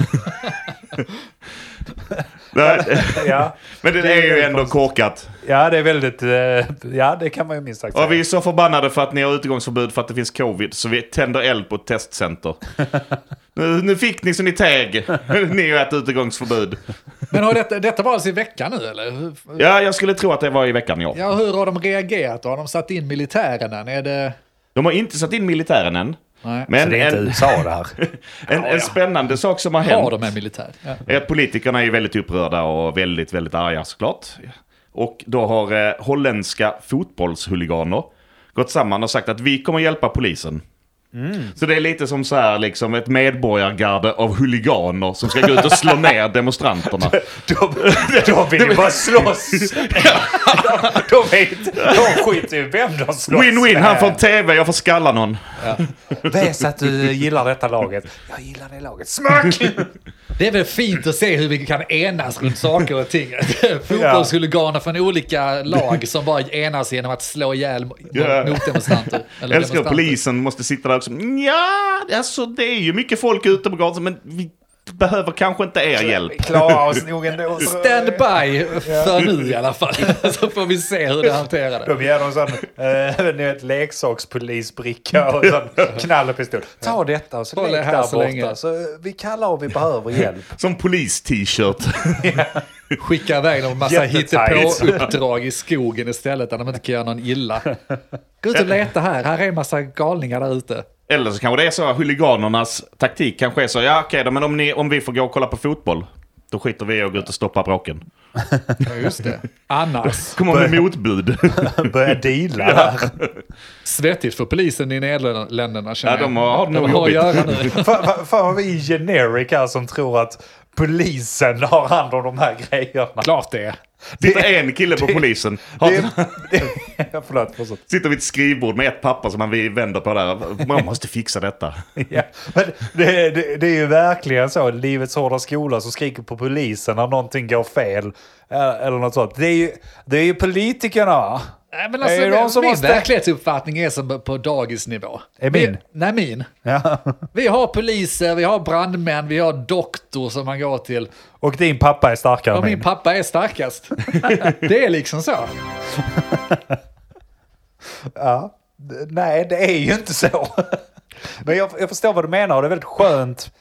Ja, men det, det är ju ändå korkat. Ja, det är väldigt... Uh, ja, det kan man ju minst sagt säga. Och vi är så förbannade för att ni har utegångsförbud för att det finns covid. Så vi tänder eld på ett testcenter. nu, nu fick ni så ni tag. Ni har ett utegångsförbud. Men har detta, detta var alltså i veckan nu, eller? Ja, jag skulle tro att det var i veckan, ja. Ja, hur har de reagerat? Har de satt in militären? Är det... De har inte satt in militären än. Nej. Men Så det är inte en, U S A det här. en, en spännande sak som har hänt Har de en militär? Ja. är att politikerna är väldigt upprörda och väldigt, väldigt arga såklart. Och då har eh, holländska fotbollshuliganer gått samman och sagt att vi kommer hjälpa polisen. Mm. Så det är lite som så här, liksom ett medborgargarde av huliganer som ska gå ut och slå ner demonstranterna. de, de vill ju bara slåss. de, vet, de skiter ju vem de slåss. Win-win, han får tv, jag får skalla någon. Ja. Ves att du gillar detta laget. Jag gillar det laget. Smack! Det är väl fint att se hur vi kan enas runt saker och ting. Fotbollshuliganer från olika lag som bara enas genom att slå ihjäl Ja. motdemonstranter. Jag älskar att polisen måste sitta där också. Ja, alltså det är ju mycket folk ute på gatan, men vi behöver kanske inte er hjälp. Klara oss nog ändå. Stand by för nu i alla fall. Så får vi se hur det hanterar det. De ger någon sån äh, ett leksakspolisbricka och sån knallepistol. Ta detta och så Håll lägg här där så borta. länge. Så vi kallar och vi behöver hjälp. Som polis-t-shirt. Skicka iväg någon massa Jättetajt. hittepå-uppdrag i skogen istället där de inte kan göra någon illa. Gå ut och leta här. Här är en massa galningar där ute. Eller så kanske det är så att huliganernas taktik kanske är så, ja okej då, men om, ni, om vi får gå och kolla på fotboll, då skiter vi och gå ut och stoppa bråken. Ja, just det. Annars. Kommer med motbud. Börja deala där. Svettigt för polisen i Nederländerna känner Ja, de har, har det jag. nog De har att jobbigt. göra nu. Fan fan- fan vad vi är generic här som tror att polisen har hand om de här grejerna. Klart det är. Sitter en kille på polisen. Har, Det, det, ja, förlåt, förlåt. sitter vid ett skrivbord med ett papper som man vänder på där. Man måste fixa detta. Ja, men det, det, det är ju verkligen så. Livets hårda skola som skriker på polisen när någonting går fel. Eller något sånt. Det är ju, det är ju politikerna, va? Nej, men alltså, Är det de som min måste- verklighetsuppfattning är som på dagisnivå. Är Vi- min? Nej, min. Ja. Vi har poliser, vi har brandmän, vi har doktor som man går till. Och din pappa är starkare Och än min min. pappa är starkast. Det är liksom så. Ja. D- Nej, det är ju inte så. Men jag, jag förstår vad du menar och det är väldigt skönt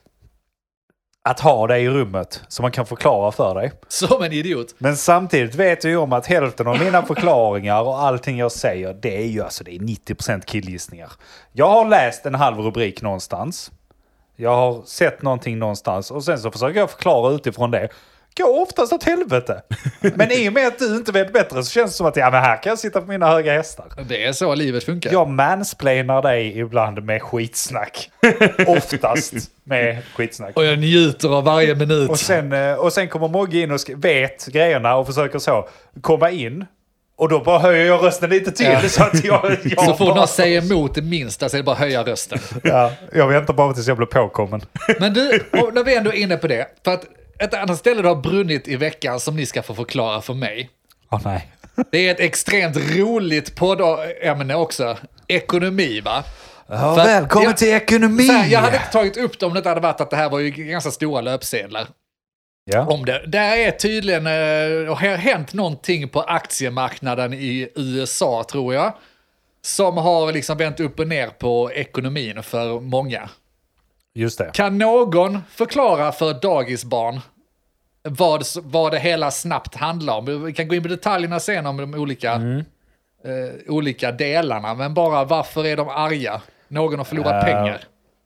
att ha dig i rummet så man kan förklara för dig. Som en idiot. Men samtidigt vet jag ju om att hälften av mina förklaringar och allting jag säger, det är ju alltså det är nittio procent killgissningar. Jag har läst en halv rubrik någonstans. Jag har sett någonting någonstans och sen så försöker jag förklara utifrån det. Går oftast åt helvete. Men i och med att du inte vet bättre så känns det som att ja, men här kan jag sitta på mina höga hästar. Det är så livet funkar. Jag mansplainar dig ibland med skitsnack. Oftast med skitsnack. Och jag njuter av varje minut. Och sen, eh, och sen kommer Mogge in och sk- vet grejerna och försöker så komma in. Och då bara höjer jag rösten lite till. Ja. Så att jag, jag så får bara, någon säga emot det minsta så är det bara att höja rösten. ja, jag väntar bara tills jag blir påkommen. Men du, och när vi ändå är inne på det. För att ett annat ställe det har brunnit i veckan som ni ska få förklara för mig. Åh nej. Det är ett extremt roligt poddämne också. Ekonomi, va? Ja, För att välkommen jag- till ekonomi! Så här, jag hade inte tagit upp det om det inte hade varit att det här var ju ganska stora löpsedlar Ja. om det. Där är tydligen, eh, har hänt någonting på aktiemarknaden i U S A, tror jag, som har liksom vänt upp och ner på ekonomin för många. Just det. Kan någon förklara för dagisbarn vad, vad det hela snabbt handlar om? Vi kan gå in på detaljerna sen om de olika, Mm. eh, olika delarna, men bara varför är de arga? Någon har förlorat Eh, pengar.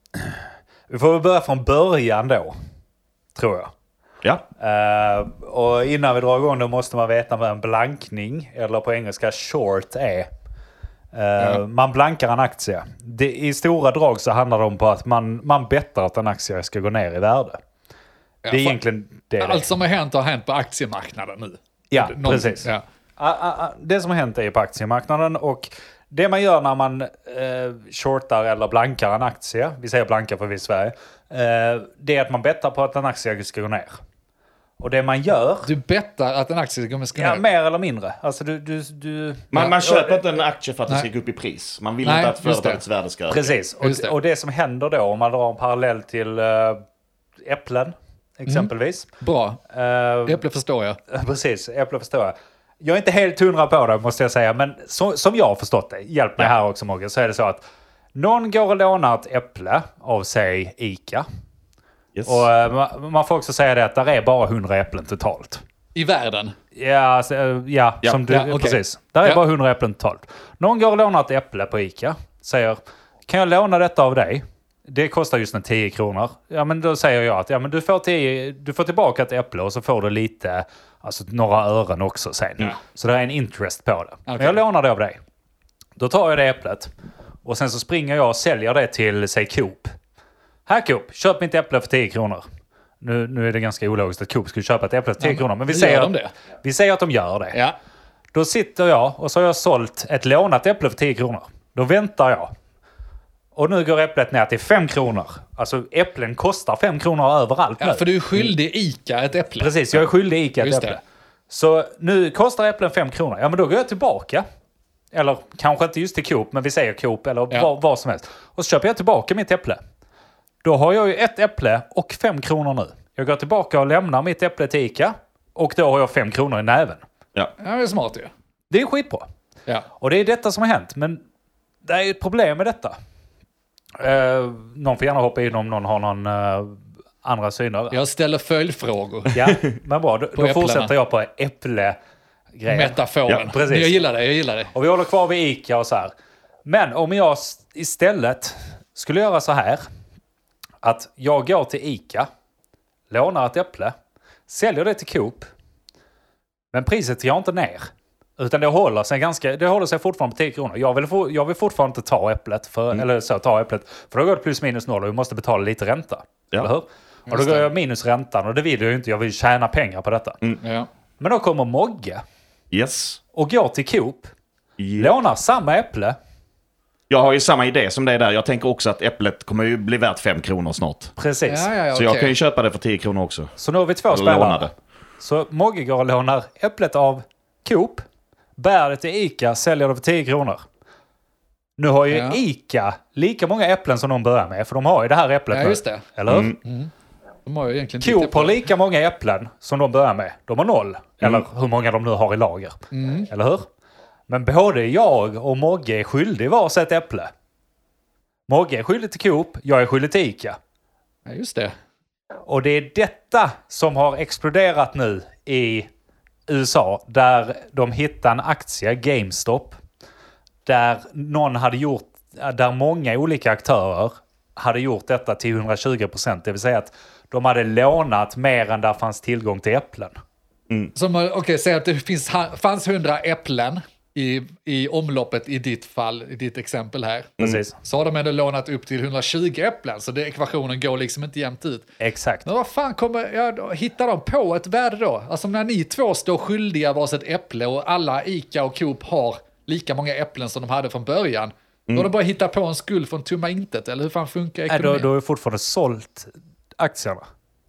Vi får väl börja från början då, tror jag. Ja. Eh, och innan vi drar igång då måste man veta vad en blankning, eller på engelska short, är. Eh, Ja. Man blankar en aktie. Det, I stora drag så handlar det om på att man, man bettar att en aktie ska gå ner i värde. Det är för- egentligen det. det är. Allt som har hänt har hänt på aktiemarknaden nu. Ja, Någonting, precis. Ja. Ah, ah, ah, Det som har hänt är ju på aktiemarknaden och det man gör när man eh, shortar eller blankar en aktie, vi säger blanka för vi i Sverige, eh, det är att man bettar på att en aktie ska gå ner. Och det man gör, Du bettar att en aktie kommer ska ja, ner. mer eller mindre. Alltså du, du, du, Man, Ja. man köper inte en aktie för att det Nej. ska gå upp i pris. Man vill Nej, inte att just det. företagets värde ska öka. Precis. Och, Just det. och det som händer då, om man drar en parallell till eh, äpplen exempelvis. Bra. Eh, Äpple förstår jag. Precis, äpple förstår jag. Jag är inte helt hundra på det måste jag säga, men så, som jag har förstått det, hjälp mig här också Mogge, så är det så att någon går och lånar ett äpple av sig Ica. Yes. Och eh, man, man får också säga det att där är bara hundra äpplen totalt. I världen. Ja, alltså, eh, ja, Ja, som du, ja, okej. precis. Där är Ja. bara hundra äpplen totalt. Någon går och lånar ett äpple på Ica. säger, kan jag låna detta av dig? Det kostar just nu tio kronor. Ja, men då säger jag att ja, men du, får tio, du får tillbaka ett äpple och så får du lite, alltså några ören också sen. Ja. Så det är en interest på det. Okay. Men jag lånar det av dig. Då tar jag det äpplet och sen så springer jag och säljer det till, säg Coop. Här Coop, köp mitt äpple för tio kronor. Nu, nu är det ganska ologiskt att Coop skulle köpa ett äpple för tio ja, kronor. Men vi säger, de det? vi säger att de gör det. Ja. Då sitter jag och så har jag sålt ett lånat äpple för tio kronor. Då väntar jag. Och nu går äpplet ner till fem kronor. Alltså äpplen kostar fem kronor överallt ja, nu. För du är skyldig Ica ett äpple. Precis, jag är skyldig Ica ett Just äpple. det. Så nu kostar äpplen fem kronor. Ja, men då går jag tillbaka. Eller kanske inte just till Coop, men vi säger Coop eller ja. vad, vad som helst. Och så köper jag tillbaka mitt äpple. Då har jag ju ett äpple och fem kronor nu. Jag går tillbaka och lämnar mitt äpple till Ica. Och då har jag fem kronor i näven. Ja, ja det är smart ju. Det är skitbra. Ja. Och det är detta som har hänt. Men det är ett problem med detta. Uh, någon får gärna hoppa in om någon har någon uh, andra syner. Jag ställer följdfrågor. Ja, men bra. Då, då fortsätter jag på äpple grejen. Metaforen. Ja, precis. Jag gillar det, jag gillar det. Och vi håller kvar vid Ica och så här. Men om jag istället skulle göra så här. Att jag går till Ica, lånar ett äpple, säljer det till Coop. Men priset går inte ner. Utan det håller sig, ganska, det håller sig fortfarande på tio kronor. Jag vill, for, jag vill fortfarande inte ta äpplet. För, mm. Eller så, ta äpplet. För då går det plus minus noll och vi måste betala lite ränta. Ja. Eller hur? Och då går jag minus räntan och det vill jag ju inte. Jag vill tjäna pengar på detta. Mm. Ja. Men då kommer Mogge. Yes. Och går till Coop. Yeah. Lånar samma äpple. Jag har ju samma idé som det där. Jag tänker också att äpplet kommer ju bli värt fem kronor snart. Precis. Ja, ja, ja, så okay. jag kan ju köpa det för tio kronor också. Så nu har vi två Eller spelare. Så Mogge går och lånar äpplet av Coop. Bär det till Ica, säljer det för tio kronor. Nu har ju ja. Ica lika många äpplen som de börjar med. För de har ju det här äpplet ja, just det. Nu. Eller hur? Mm. Mm. De har ju egentligen Coop har lika många äpplen som de börjar med. De har noll. Mm. Eller hur många de nu har i lager. Mm. Eller hur? Men både jag och Mogge är skyldig varsitt äpple. Mogge är skyldig till Coop, jag är skyldig till Ica. Ja, just det. Och det är detta som har exploderat nu i U S A. Där de hittade en aktie, GameStop. Där någon hade gjort, där många olika aktörer hade gjort detta till hundratjugo procent. Det vill säga att de hade lånat mer än där fanns tillgång till äpplen. Mm. Okej, okay, säg att det finns, fanns hundra äpplen i, i omloppet i ditt fall, i ditt exempel här. Precis. Så har de ändå lånat upp till hundratjugo äpplen, så det, ekvationen går liksom inte jämnt ut. Exakt. Men vad fan kommer, ja, hittar de på ett värde då? Alltså när ni två står skyldiga varsitt äpple och alla Ica och Coop har lika många äpplen som de hade från början. Mm. Då har de bara hittat på en skuld från tomma intet, eller hur fan funkar ekonomin? Nej, då, då har du fortfarande sålt aktierna.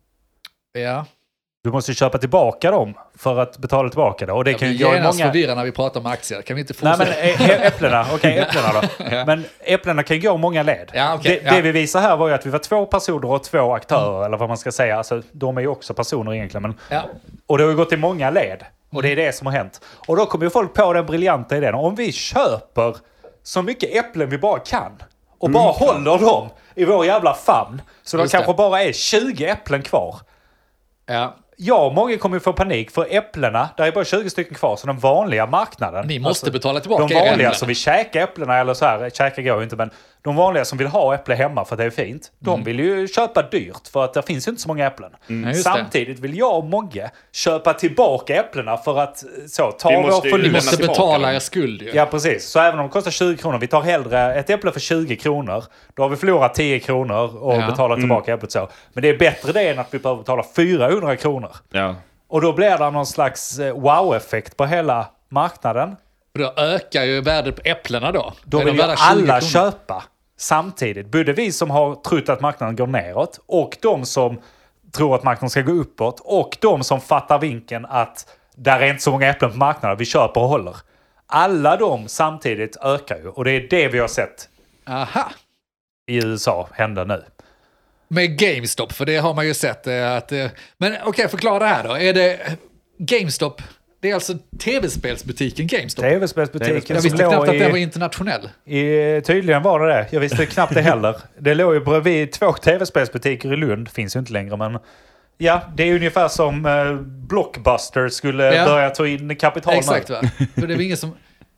Ja. Du måste köpa tillbaka dem för att betala tillbaka det. Och det jag kan ju blir gå i genast många... förvirrad när vi pratar om aktier. Kan vi inte fortsätta? Nej, men ä- äpplena. Okej, okay, äpplena då. Ja. Men äpplena kan ju gå i många led. Ja, okay, det, ja. det vi visar här var ju att vi var två personer och två aktörer. Mm. Eller vad man ska säga. Alltså, de är ju också personer egentligen. Men... Ja. Och det har ju gått i många led. Och det är det som har hänt. Och då kommer ju folk på den briljanta idén. Om vi köper så mycket äpplen vi bara kan. Och bara mm. håller dem i vår jävla famn. Så de kanske bara är tjugo äpplen kvar. Ja. Ja, många kommer få panik för äpplena, där är bara tjugo stycken kvar, så den vanliga marknaden. Ni måste alltså, betala tillbaka de vanliga äpplen. Som vill käka äpplena, eller så här, käka går ju inte, men de vanliga som vill ha äpple hemma för att det är fint, de mm. vill ju köpa dyrt för att det finns ju inte så många äpplen. Mm. Ja, samtidigt vill jag och Mogge köpa tillbaka äpplena för att så, ta vi vår måste, förlust. Ni måste betala er skuld ju. Ja, precis. Så även om det kostar tjugo kronor, vi tar hellre ett äpple för tjugo kronor, då har vi förlorat tio kronor och ja. betalar tillbaka mm. äpplet så. Men det är bättre det än att vi behöver betala fyrahundra kronor. Ja. Och då blir det någon slags wow-effekt på hela marknaden. Då ökar ju värdet på äpplena då. Då vill ju alla köpa samtidigt. Både vi som har trott att marknaden går neråt och de som tror att marknaden ska gå uppåt och de som fattar vinkeln att där är inte så många äpplen på marknaden, vi köper och håller. Alla de samtidigt ökar ju. Och det är det vi har sett Aha. i U S A hända nu. Med GameStop, för det har man ju sett. Att, men okej, okay, förklara det här då. Är det GameStop? Det är alltså tv-spelsbutiken GameStop? Tv-spelsbutiken Jag visste knappt att den var internationell. I, tydligen var det det. Jag visste knappt det heller. Det låg ju bredvid två tv-spelsbutiker i Lund. Finns ju inte längre, men... Ja, det är ungefär som uh, Blockbuster skulle ja. börja ta in kapital. Exakt, va? För det var ingen som...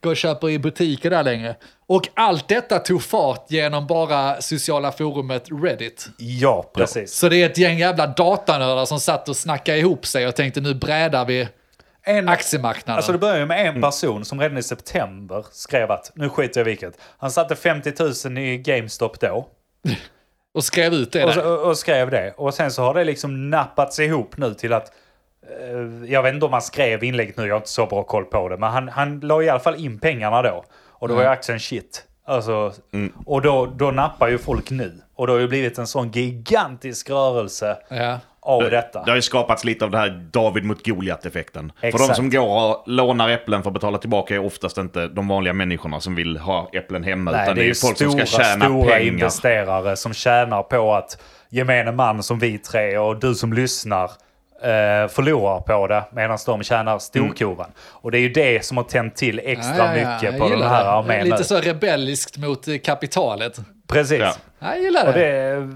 går och köper i butiker där längre. Och allt detta tog fart genom bara sociala forumet Reddit. Ja, precis. Så det är ett gäng jävla datanördar som satt och snackade ihop sig och tänkte nu brädar vi en, aktiemarknaden. Alltså det började ju med en person som redan i september skrev att nu skiter jag i vilket. Han satte femtio tusen i GameStop då. Och skrev ut det och, där. och, och skrev det. Och sen så har det liksom nappats ihop nu till att eh, jag vet inte om han skrev inlägget nu, jag har inte så bra koll på det. Men han, han la i alla fall in pengarna då. Och då var ju aktien shit. Alltså, mm. Och då, då nappar ju folk nu. Och då har ju blivit en sån gigantisk rörelse ja. av det, detta. Det har ju skapats lite av det här David mot Goliat-effekten. För de som går och lånar äpplen för att betala tillbaka är oftast inte de vanliga människorna som vill ha äpplen hemma. Nej, utan det är det är folk stora, som ska tjäna stora pengar. investerare som tjänar på att gemene man som vi tre och du som lyssnar eh, förlorar på det medan de tjänar storkovan. Mm. Och det är ju det som har tänt till extra ja, ja, ja. mycket på den här det. armén. Lite så rebelliskt mot kapitalet. Precis. Ja. Jag gillar det. Och det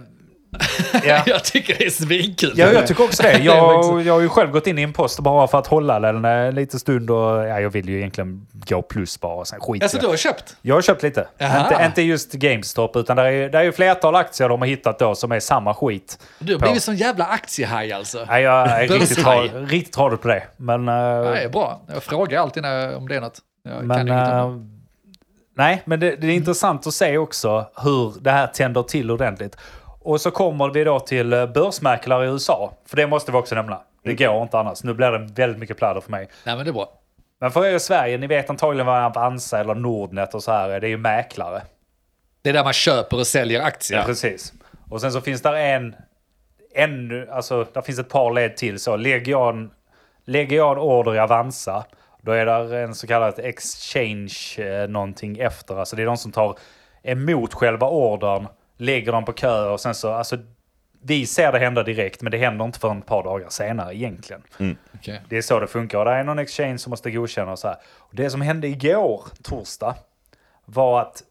ja. Jag tycker det är svinkul. Ja, jag tycker också det. Jag, jag har ju själv gått in i en post bara för att hålla den en liten stund. Och, ja, jag vill ju egentligen gå plus bara. Sen skit. Alltså du har köpt? Jag har köpt lite. Inte, inte just GameStop, utan det är, det är ju flertal aktier de har hittat då som är samma skit. Du har blivit sån jävla aktiehaj alltså. Ja, jag är riktigt, tra- riktigt tradig på det. Men, uh, ja, det är bra. Jag frågar alltid när, om det är något. Jag men, kan inget uh, om det. Nej, men det, det är mm. intressant att se också hur det här tänder till ordentligt. Och så kommer vi då till börsmäklare i U S A. För det måste vi också nämna. Det går inte annars. Nu blir det väldigt mycket pladder för mig. Nej, men det är bra. Men för er i Sverige, ni vet antagligen vad Avanza eller Nordnet och så här är. Det är ju mäklare. Det är där man köper och säljer aktier. Ja, precis. Och sen så finns där en, ännu, alltså där finns ett par led till. Så lägger jag en, lägger jag en order i Avanza, då är där en så kallad exchange eh, någonting efter. Alltså det är de som tar emot själva ordern, lägger dem på kö och sen så, alltså vi ser det hända direkt, men det händer inte för ett par dagar senare egentligen. Mm. Okay. Det är så det funkar. Och det är någon exchange som måste godkänna och så här. Och det som hände igår, torsdag, var att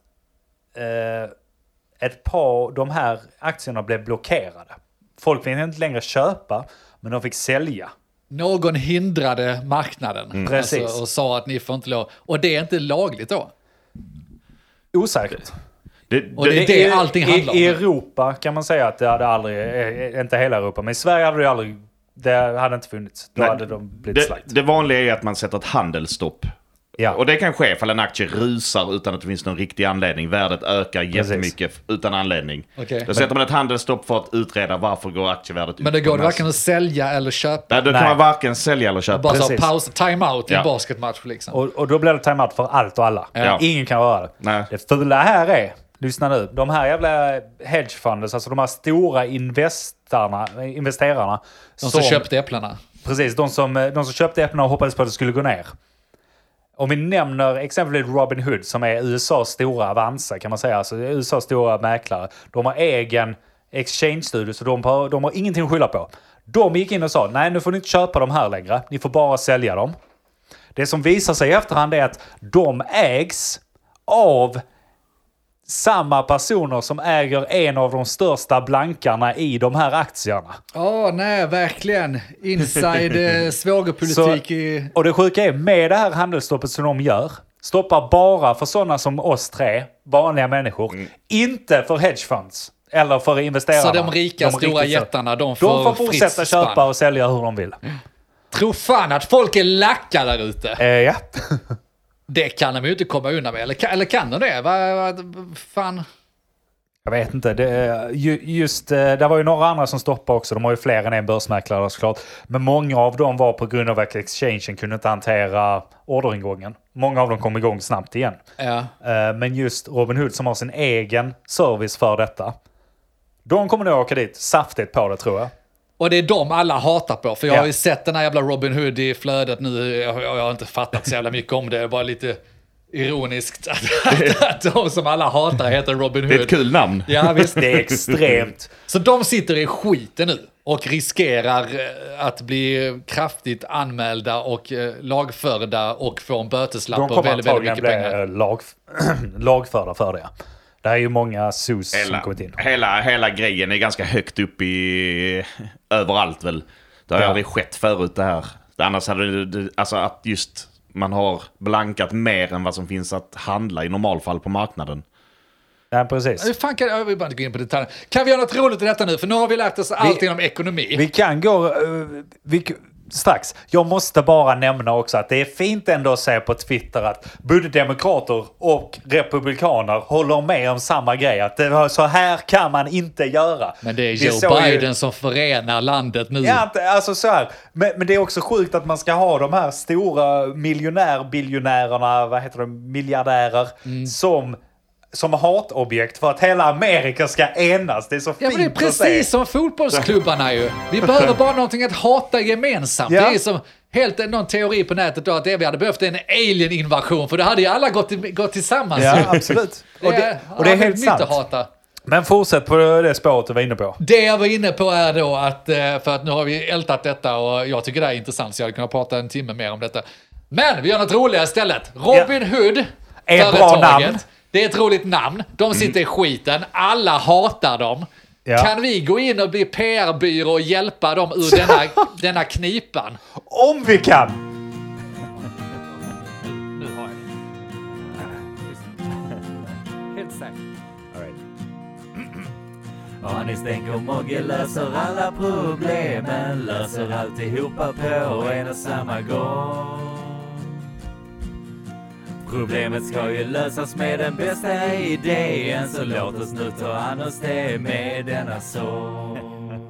eh, ett par, de här aktierna blev blockerade. Folk fick inte längre köpa, men de fick sälja. Någon hindrade marknaden. Mm. Precis. Alltså, och sa att ni får inte lov. Och det är inte lagligt då? Osäkert. Det, det, och det är det i, allting handlar om. I Europa kan man säga att det hade aldrig, inte hela Europa, men i Sverige hade det aldrig, det hade inte funnits. Då Nej, hade de blivit slakt. Det, det vanliga är att man sätter ett handelsstopp. Ja. Och det kan ske ifall en aktie rusar utan att det finns någon riktig anledning. Värdet ökar jättemycket Precis. utan anledning. Okay. Då men, sätter man ett handelsstopp för att utreda varför går aktievärdet upp. Men det går det varken att sälja eller köpa? Nej, då kan Nej. man varken sälja eller köpa. Bara så paus, time-out i ja. en basketmatch liksom. Och, och då blir det time-out för allt och alla. Ja. Ingen kan röra det. Nej. Det fula här är, lyssna nu, de här jävla hedgefunds, alltså de här stora investerarna, investerarna. De som, som köpte äpplena. Precis, de som, de som köpte äpplena och hoppades på att det skulle gå ner. Om vi nämner exempelvis Robin Hood som är U S A:s stora Avanza kan man säga, alltså U S A:s stora mäklare. De har egen exchange-studio så de har, de har ingenting att skylla på. De gick in och sa, nej nu får ni inte köpa dem här längre, ni får bara sälja dem. Det som visar sig i efterhand är att de ägs av samma personer som äger en av de största blankarna i de här aktierna. Åh oh, nej, verkligen. Inside eh, svågerpolitik. Så, i... Och det sjuka är, med det här handelsstoppet som de gör, stoppar bara för sådana som oss tre, vanliga människor, mm. inte för hedgefunds eller för investerarna. Så de rika, de stora rika, jättarna, de får, de får fortsätta köpa och sälja hur de vill. Mm. Tror fan att folk är lacka där ute. Eh, ja. Det kan de ju inte komma undan med. Eller kan, eller kan de det? Vad va, fan? Jag vet inte. Det, just, det var ju några andra som stoppade också. De har ju fler än en börsmäklare såklart. Men många av dem var på grund av att exchangen kunde inte hantera orderingången. Många av dem kom igång snabbt igen. Ja. Men just Robin Hood som har sin egen service för detta. De kommer nog åka dit saftigt på det tror jag. Och det är de alla hatar på. För jag ja. har ju sett den här jävla Robin Hood i flödet nu. Jag, jag har inte fattat så jävla mycket om det. Det är bara lite ironiskt att, att, att de som alla hatar heter Robin Hood. Det är ett kul namn. Ja, visst. Det är extremt. Så de sitter i skiten nu och riskerar att bli kraftigt anmälda och lagförda och få en böteslapp och väldigt, väldigt mycket pengar. De kommer antagligen bli lag, lagförda för det. Det är ju många S O S hela, som kommit in. Hela, hela grejen är ganska högt upp i överallt väl. Det har ja. aldrig skett förut det här. Annars hade det, alltså att just man har blankat mer än vad som finns att handla i normalfall på marknaden. Ja, precis. Hur fan kan jag vill bara gå in på detaljer. Kan vi göra något roligt i detta nu? För nu har vi lärt oss allt inom ekonomi. Vi kan gå... Uh, vi, strax. Jag måste bara nämna också att det är fint ändå att se på Twitter att både demokrater och republikaner håller med om samma grej. Att det var så här kan man inte göra. Men det är Joe Biden ju... som förenar landet nu. Ja, alltså så här. Men, men det är också sjukt att man ska ha de här stora miljonär-biljonärerna, vad heter de, miljardärer, mm. som... som hatobjekt för att hela Amerika ska enas. Det är så ja, fint men det är precis som fotbollsklubbarna ju. Vi behöver bara någonting att hata gemensamt. Ja. Det är som helt någon teori på nätet då att det vi hade behövt en alien-invasion för då hade ju alla gått, gått tillsammans. Ja, absolut. Och det, och det är helt sant. Att hata. Men fortsätt på det spåret du var inne på. Det jag var inne på är då att, för att nu har vi ältat detta och jag tycker det är intressant så jag hade kunnat prata en timme mer om detta. Men vi gör något roligare istället. Robin Hood, är bra namn. Det är ett roligt namn. De sitter i skiten. Alla hatar dem. Ja. Kan vi gå in och bli P R-byrå och hjälpa dem ur denna, denna knipan? Om vi kan! Nu har jag det. Helt säkert. All right. Anis tänker Mogge löser alla problemen. Löser alltihopa på en och samma gång. Problemet ska ju lösas med den bästa idén. Så låt oss nu ta an oss det med denna sång.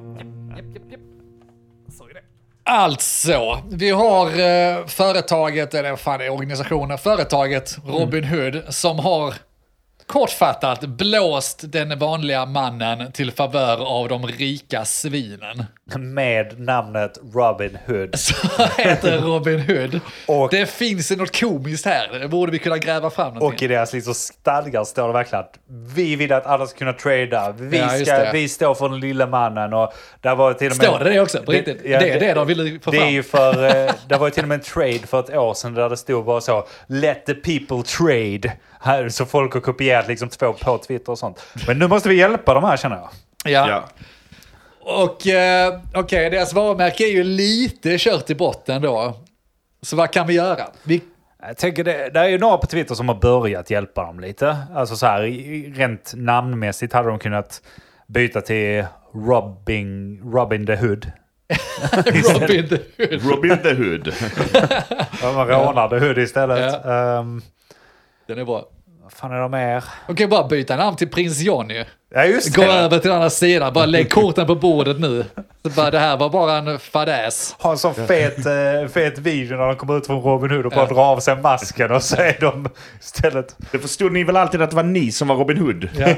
Alltså, vi har eh, företaget, eller vad fan är organisationen, företaget Robin Hood som har kortfattat blåst den vanliga mannen till favör av de rika svinen. Med namnet Robin Hood. Så heter Robin Hood. Och, det finns något komiskt här. Det borde vi kunna gräva fram någonting. Och i deras liksom stadgar står det verkligen att vi vill att alla ska kunna trada. Vi, ja, ska, vi står för den lilla mannen. Och där var till och med, står det det också? På det, ja, det är det, det de ville få det fram. Är ju för, det var ju till och med en trade för ett år sedan där det stod bara så: let the people trade. Här, så folk har kopierat liksom två på Twitter och sånt. Men nu måste vi hjälpa de här, känner jag. Ja. ja. Och eh, okej, okay, deras varumärke är ju lite kört i botten då. Så vad kan vi göra? Vi... Jag tänker det, det är ju några på Twitter som har börjat hjälpa dem lite. Alltså så här, rent namnmässigt hade de kunnat byta till Robin, Robin the Hood. Robin the Hood. Robin the Hood. Ja, man rånar the Hood istället. Ja. Um, Den är bra. Vad fan är de mer? Okej, okay, bara byta namn till Prins Johnny. Ja, just Gå det. över till andra sidan. Bara lägg korten på bordet nu. Så bara, det här var bara en fadäs. Ha en sån fet, uh, fet video när de kommer ut från Robin Hood och bara ja. drar av sig masken och så är de istället... Det förstod ni väl alltid att det var ni som var Robin Hood? Ja,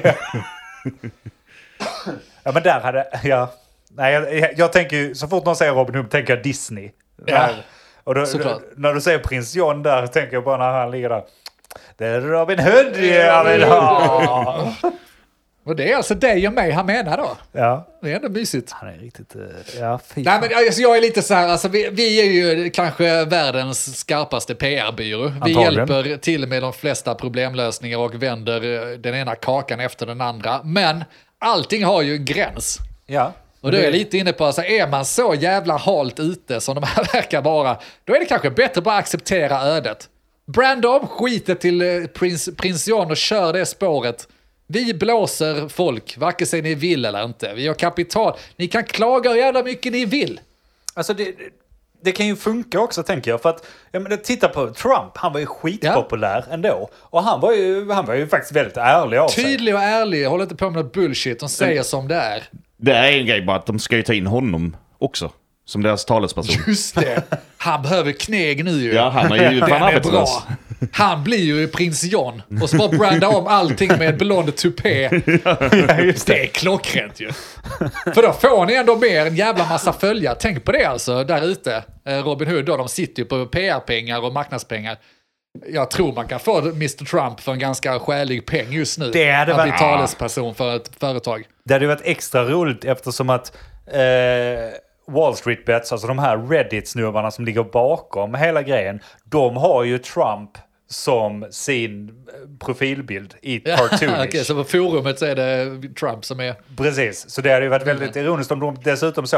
ja men där hade... Ja. Nej, jag, jag, jag tänker ju, så fort någon säger Robin Hood tänker jag Disney. Ja. Där, och då, då, när du säger Prins John där tänker jag bara när han ligger där. Det är Robin Hood jag vill ha. Och det är alltså dig och mig han menar då. Ja. Det är ändå mysigt. Han är riktigt... Ja, fint. Nej, men alltså, jag är lite så här, alltså, vi, vi är ju kanske världens skarpaste P R-byrå. Vi Antagligen. hjälper till med de flesta problemlösningar och vänder den ena kakan efter den andra. Men allting har ju en gräns. Ja. Och då är jag lite inne på, alltså, är man så jävla halt ute som de här verkar vara, då är det kanske bättre bara acceptera ödet. Brand om skitet till eh, prins, prins John och kör det spåret. Vi blåser folk, varken sig ni vill eller inte. Vi har kapital. Ni kan klaga hur jävla mycket ni vill. Alltså det, det kan ju funka också, tänker jag. För att, jag menar, titta på Trump, han var ju skitpopulär ja. ändå. Och han var ju, han var ju faktiskt väldigt ärlig av sig. Tydlig och ärlig, håller inte på med något bullshit. De säger mm. som det är. Det är en grej bara att de ska ju ta in honom också. Som deras talesperson. Just det. Han behöver kneg nu ju. Ja, han är ju fan arbetslös. Han blir ju prins John. Och så bara branda om allting med blond tupé. Ja, just det. Det är klockrent ju. För då får ni ändå mer en jävla massa följare. Tänk på det alltså, där ute. Robin Hood då, de sitter ju på P R-pengar och marknadspengar. Jag tror man kan få mister Trump för en ganska skälig peng just nu. Det är det att bli talesperson för ett företag. Det hade varit extra roligt eftersom att... Eh... Wall Street Bets, alltså de här Reddit-snubbarna som ligger bakom hela grejen, de har ju Trump som sin profilbild i cartoonish. Okej, okay, så på forumet så är det Trump som är... Precis, så det hade ju varit väldigt mm. ironiskt om de dessutom så,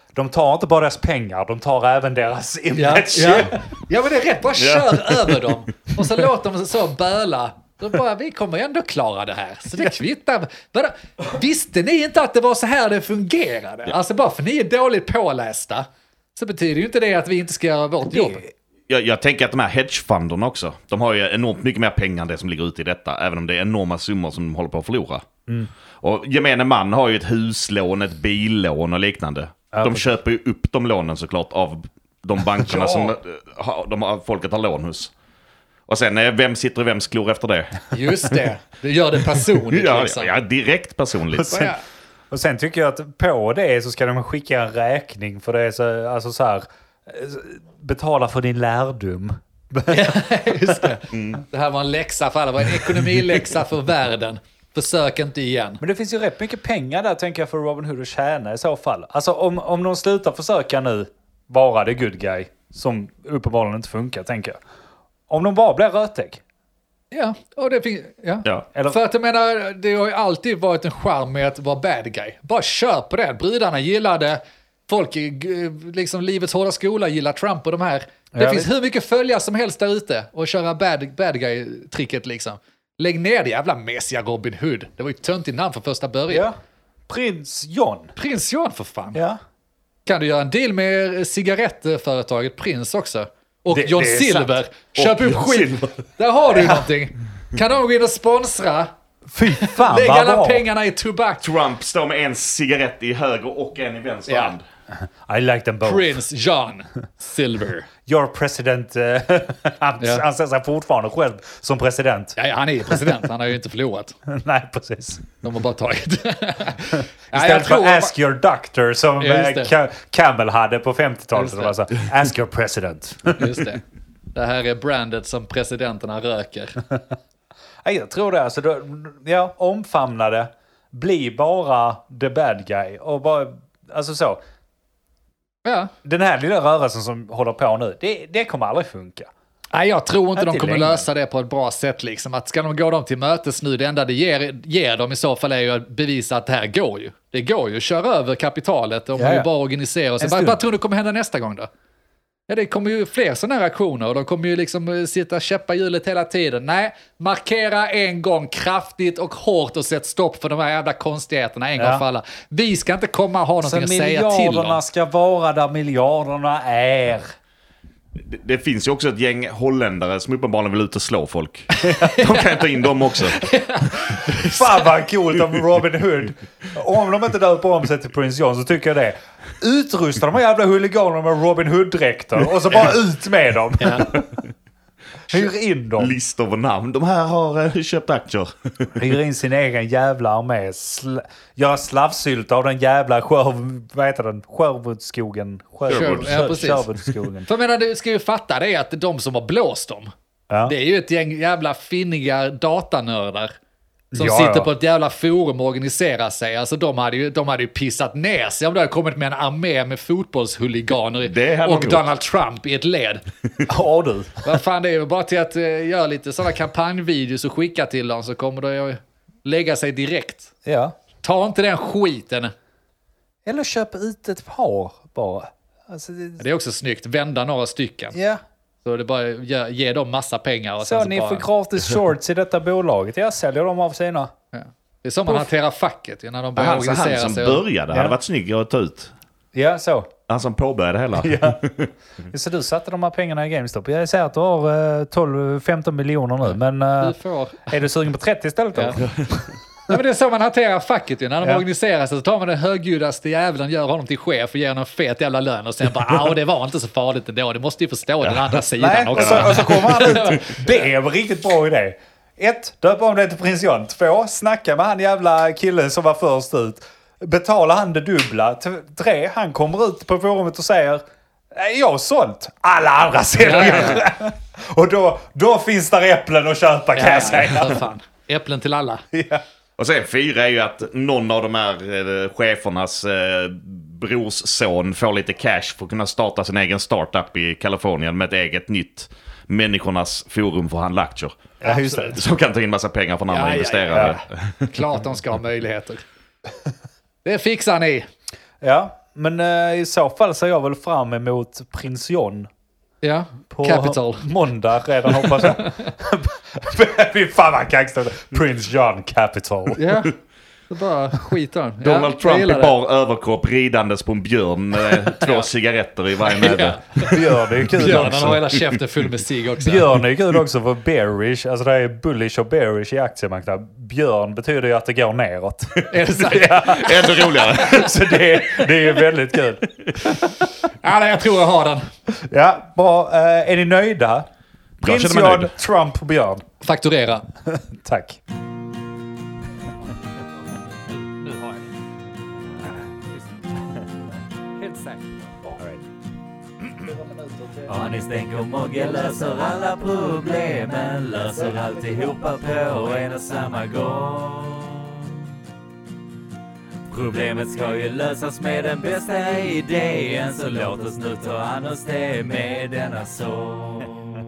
de tar inte bara deras pengar, de tar även deras Ja, image. ja. ja, men det är rätt. Bara kör över dem. Och så låter de så böla. Då bara, vi kommer ändå klara det här. Så det kvittar. Bara, visste ni inte att det var så här det fungerade? Ja. Alltså bara för ni är dåligt pålästa så betyder ju inte det att vi inte ska göra vårt jobb. Jag, jag tänker att de här hedgefonderna också, de har ju enormt mycket mer pengar än det som ligger ute i detta, även om det är enorma summor som de håller på att förlora. Mm. Och gemene man har ju ett huslån, ett billån och liknande. Ja, de köper ju upp de lånen såklart av de bankerna ja. som ha, de, folket har lån hos. Och sen, vem sitter i vems klor efter det? Just det, det gör det personligt. ja, liksom. ja, direkt personligt. Och sen, och sen tycker jag att på det så ska de skicka en räkning för det är så, alltså så här, betala för din lärdom. Just det. Mm. Det här var en läxa för alla, det var en ekonomiläxa för världen. Försök inte igen. Men det finns ju rätt mycket pengar där, tänker jag, för Robin Hood att tjäna i så fall. Alltså om, om de slutar försöka nu vara the good guy, som uppenbarligen inte funkar, tänker jag. Om de bara blir rötägg. Ja, och det finns... Ja. Ja. Eller... För att jag menar, det har ju alltid varit en charm med att vara bad guy. Bara kör på det. Brudarna gillar det. Folk i liksom livets hårda skola gillar Trump och de här. Det ja, finns vet. hur mycket följare som helst där ute och köra bad, bad guy-tricket liksom. Lägg ner det jävla mesiga Robin Hood. Det var ju töntigt namn för första början. Ja. Prins John. Prins John för fan. Ja. Kan du göra en deal med cigarettföretaget Prins också? Och det, John det Silver. Köp upp skit. Där har du ja. någonting. Kan de gå in och sponsra? Fy fan, lägga alla pengarna i tobak. Trump står med en cigarett i höger och en i vänster ja. hand. I like them both. Prince John Silver. Your president. Uh, han, ja. han ser sig fortfarande själv som president. Ja, ja, han är ju president. Han har ju inte förlorat. Nej, precis. De har bara tagit. Istället ja, för ask your doctor som ja, Camel hade på femtiotalet. Det. Så, ask your president. Just det. Det här är brandet som presidenterna röker. Ja, jag tror det. Alltså, då, ja, omfamnade. Bli bara the bad guy. Och bara, alltså så. Ja. Den här lilla rörelsen som håller på nu, det, det kommer aldrig funka. Nej, jag tror inte, inte de kommer länge. lösa det på ett bra sätt. Liksom. Att ska de gå dem till mötes nu, det enda det ger, ger dem i så fall är ju att bevisa att det här går ju. Det går ju att köra över kapitalet om man ju bara organiserar sig. Vad, vad tror du kommer hända nästa gång då? Ja, det kommer ju fler sådana här aktioner och de kommer ju liksom sitta käppa hjulet hela tiden. Nej, markera en gång kraftigt och hårt och sätt stopp för de här jävla konstigheterna en ja. gång för alla. Vi ska inte komma och ha någonting att säga till dem. Miljarderna ska vara där miljarderna är. Det, det finns ju också ett gäng holländare som uppenbarligen vill ut och slå folk. De kan ta in dem också. Fan vad coolt av Robin Hood. Om de inte döper om sig till Prince John så tycker jag det. Utrusta de här jävla huliganerna med Robin Hood-dräkter och så bara ut med dem. Ja. Hyr in dem. Listor över namn. De här har uh, köpt aktier. Hyr in sin egen jävla armé. Sl- Gör slavsylta av den jävla skörv... Vad heter den? Skörvudskogen. Skörvud. Ja, precis. Skörvudskogen. För jag menar, du ska ju fatta det att de som har blåst dem. Ja. Det är ju ett gäng jävla finniga datanördar. Som ja, sitter ja. på ett jävla forum och organiserar sig. Alltså de hade ju, de hade ju pissat ner sig om det hade kommit med en armé med fotbollshuliganer och Donald Trump i ett led. Ja du. Vad fan, det är ju bara till att uh, göra lite sådana kampanjvideos och skicka till dem så kommer det ju lägga sig direkt. Ja. Ta inte den skiten. Eller köp ut ett par bara. Alltså, det... det är också snyggt. Vända några stycken. Ja. Så det bara ge, ge dem massa pengar. Och så, sen så ni bara... får gratis shorts i detta bolaget. Jag säljer dem av sina. Ja. Det är som man hanterar facket när de börjar han, organisera han som sig. började ja. hade varit snygg att ta ut. Ja, så. Han som påbörjade hela. Ja. Så du satte de här pengarna i GameStop. Jag säger att du har uh, tolv femton miljoner nu. Men uh, du får... är du sugen på trettio istället då? Ja. Ja, men det är så man hanterar facket ju. När de ja. organiserar sig så tar man den högljuddaste jävlen, gör honom till chef och ger honom fet jävla lön och sen bara, ja det var inte så farligt ändå. Det måste ju förstå ja. den andra sidan Nej, också. Och så, och så kommer han ut. Det är en riktigt bra idé. Ett, döp om det till Prins John. Två, snacka med han jävla killen som var först ut. Betala han det dubbla. T- tre, han kommer ut på forumet och säger, jag har sålt. Alla andra ser det. Ja, ja. Och då, då finns där äpplen att köpa kan ja, jag säga. Ja, fan. Äpplen till alla. Ja. Och sen fyra är ju att någon av de här eh, chefernas eh, brors son får lite cash för att kunna starta sin egen startup i Kalifornien med ett eget nytt människornas forum för handla aktier. Ja, just det. Som kan ta in massa pengar från andra ja, investerare. Ja, ja. Klart de ska ha möjligheter. Det fixar ni. Ja, men uh, i så fall ser jag väl fram emot Prins John. Ja, på Capital. Måndag redan hoppas jag. Fy fan vad kaxigt. Prince John Capital. Ja, det bara skiter han. Donald ja, Trump i bar överkropp ridandes på en björn med två ja. cigaretter i varje näve. Ja. Björn är ju kul Björn, också. han har hela käften full med cigg också. Björn är ju kul också för bearish. Alltså det är bullish och bearish i aktiemarknaden. Björn betyder ju att det går neråt. Är det sant? Ja. Ännu roligare. Så det, det är ju väldigt kul. Ja, jag tror jag har den. Ja, bra. Uh, är ni nöjda? Prins känner mig John, nöjd. Trump och Björn. Fakturera. Tack. Nu har jag helt säkert. Anis tänker Mogge löser alla problemen, löser alltihopa på en och samma gång. Problemet ska ju lösas med den bästa idén, så låt oss nu ta an oss det med denna sång.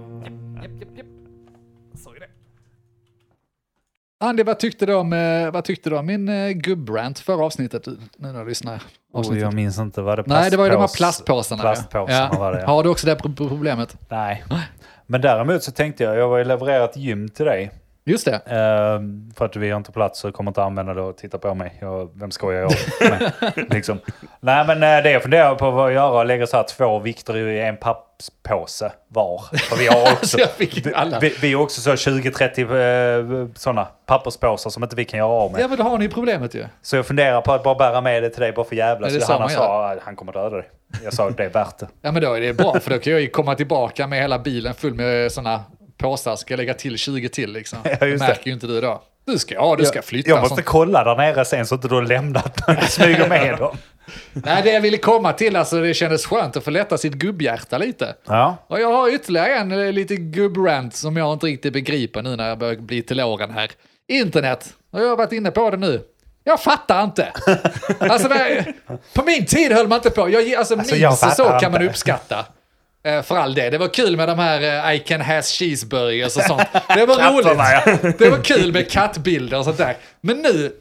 Andy, vad tyckte du om, eh, vad tyckte du om min eh, gubbrant förra avsnittet? Nu när jag lyssnar. Oh, jag minns inte vad det plastpås. Nej, det var ju de här plastpåsarna. Plastpåsarna ja. var det. Ja. Har du också det problemet? Nej. Men däremot så tänkte jag, jag var ju levererat gym till dig. Just det. Uh, för att vi har inte plats så kommer inte använda det och titta på mig. Jag, vem skojar jag med? liksom. Nej men uh, det jag funderar på vad att göra är lägga så här två vikter i en papppåse var. För vi har också, vi, vi har också så tjugo trettio uh, sådana papperspåsar som inte vi kan göra av med. Ja men då har ni problemet ju. Så jag funderar på att bara bära med det till dig bara för jävla. Så så han sa han kommer döda dig. Jag sa det är värt det. Ja men då är det bra för då kan jag ju komma tillbaka med hela bilen full med sådana påsar. Ska jag lägga till tjugo till liksom. Ja, just det märker det. ju inte du då. Du ska, ja, du ska jag, flytta. Jag måste sånt. kolla där nere sen så att du då lämnat när du smyger med dem. Nej, det jag ville komma till, alltså det kändes skönt att få lätta sitt gubbhjärta lite. Ja. Och jag har ytterligare en eh, lite gubbrant som jag inte riktigt begriper nu när jag börjar bli till åren här. Internet, och jag har varit inne på det nu. Jag fattar inte. Alltså, på min tid höll man inte på. Jag, alltså, Alltså, memes jag och så fattar kan man inte. uppskatta. Eh, för all det. Det var kul med de här eh, I can has cheeseburgers och sånt. Det var roligt. Det var kul med kattbilder och sånt där. Men nu,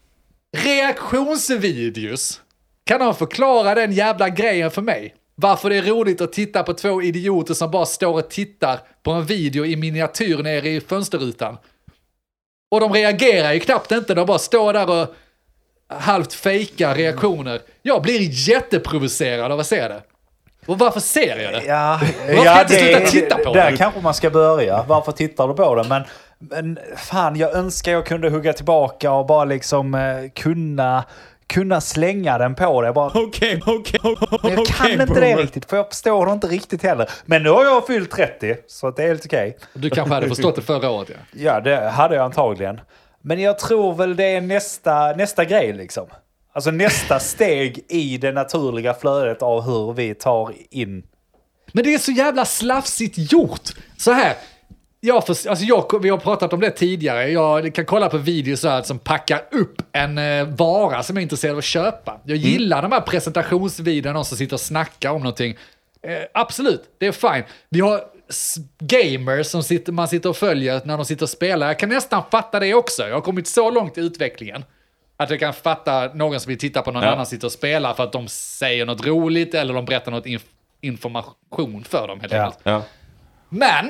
reaktionsvideos. Kan någon förklara den jävla grejen för mig? Varför det är roligt att titta på två idioter som bara står och tittar på en video i miniatyr nere i fönsterrutan. Och de reagerar ju knappt inte. De bara står där och halvt fejkar reaktioner. Jag blir jätteprovocerad av att se det. Och varför ser jag det? Ja, Varför ja kan inte sluta det, titta på där det? kanske man ska börja. Varför tittar du på det? Men, men fan, jag önskar jag kunde hugga tillbaka och bara liksom eh, kunna, kunna slänga den på det. Bara, Okej, okej, men jag kan inte det riktigt, för jag förstår det inte riktigt heller. Men nu har jag fyllt trettio, så att det är helt okej. Du kanske hade förstått det förra året, ja. Ja, det hade jag antagligen. Men jag tror väl det är nästa, nästa grej liksom. Alltså nästa steg i det naturliga flödet av hur vi tar in. Men det är så jävla slafsigt gjort. Så här, jag, för, alltså jag, vi har pratat om det tidigare. Jag kan kolla på videos så här som packar upp en eh, vara som jag är intresserad av att köpa. Jag gillar mm. de här presentationsvideorna, någon som sitter och snackar om någonting. Eh, absolut, det är fine. Vi har s- gamers som sitter, man sitter och följer när de sitter och spelar. Jag kan nästan fatta det också. Jag har kommit så långt i utvecklingen. Att jag kan fatta någon som vill titta på någon ja. annan sitter och spelar för att de säger något roligt eller de berättar något inf- information för dem helt Ja. enkelt. Ja. Men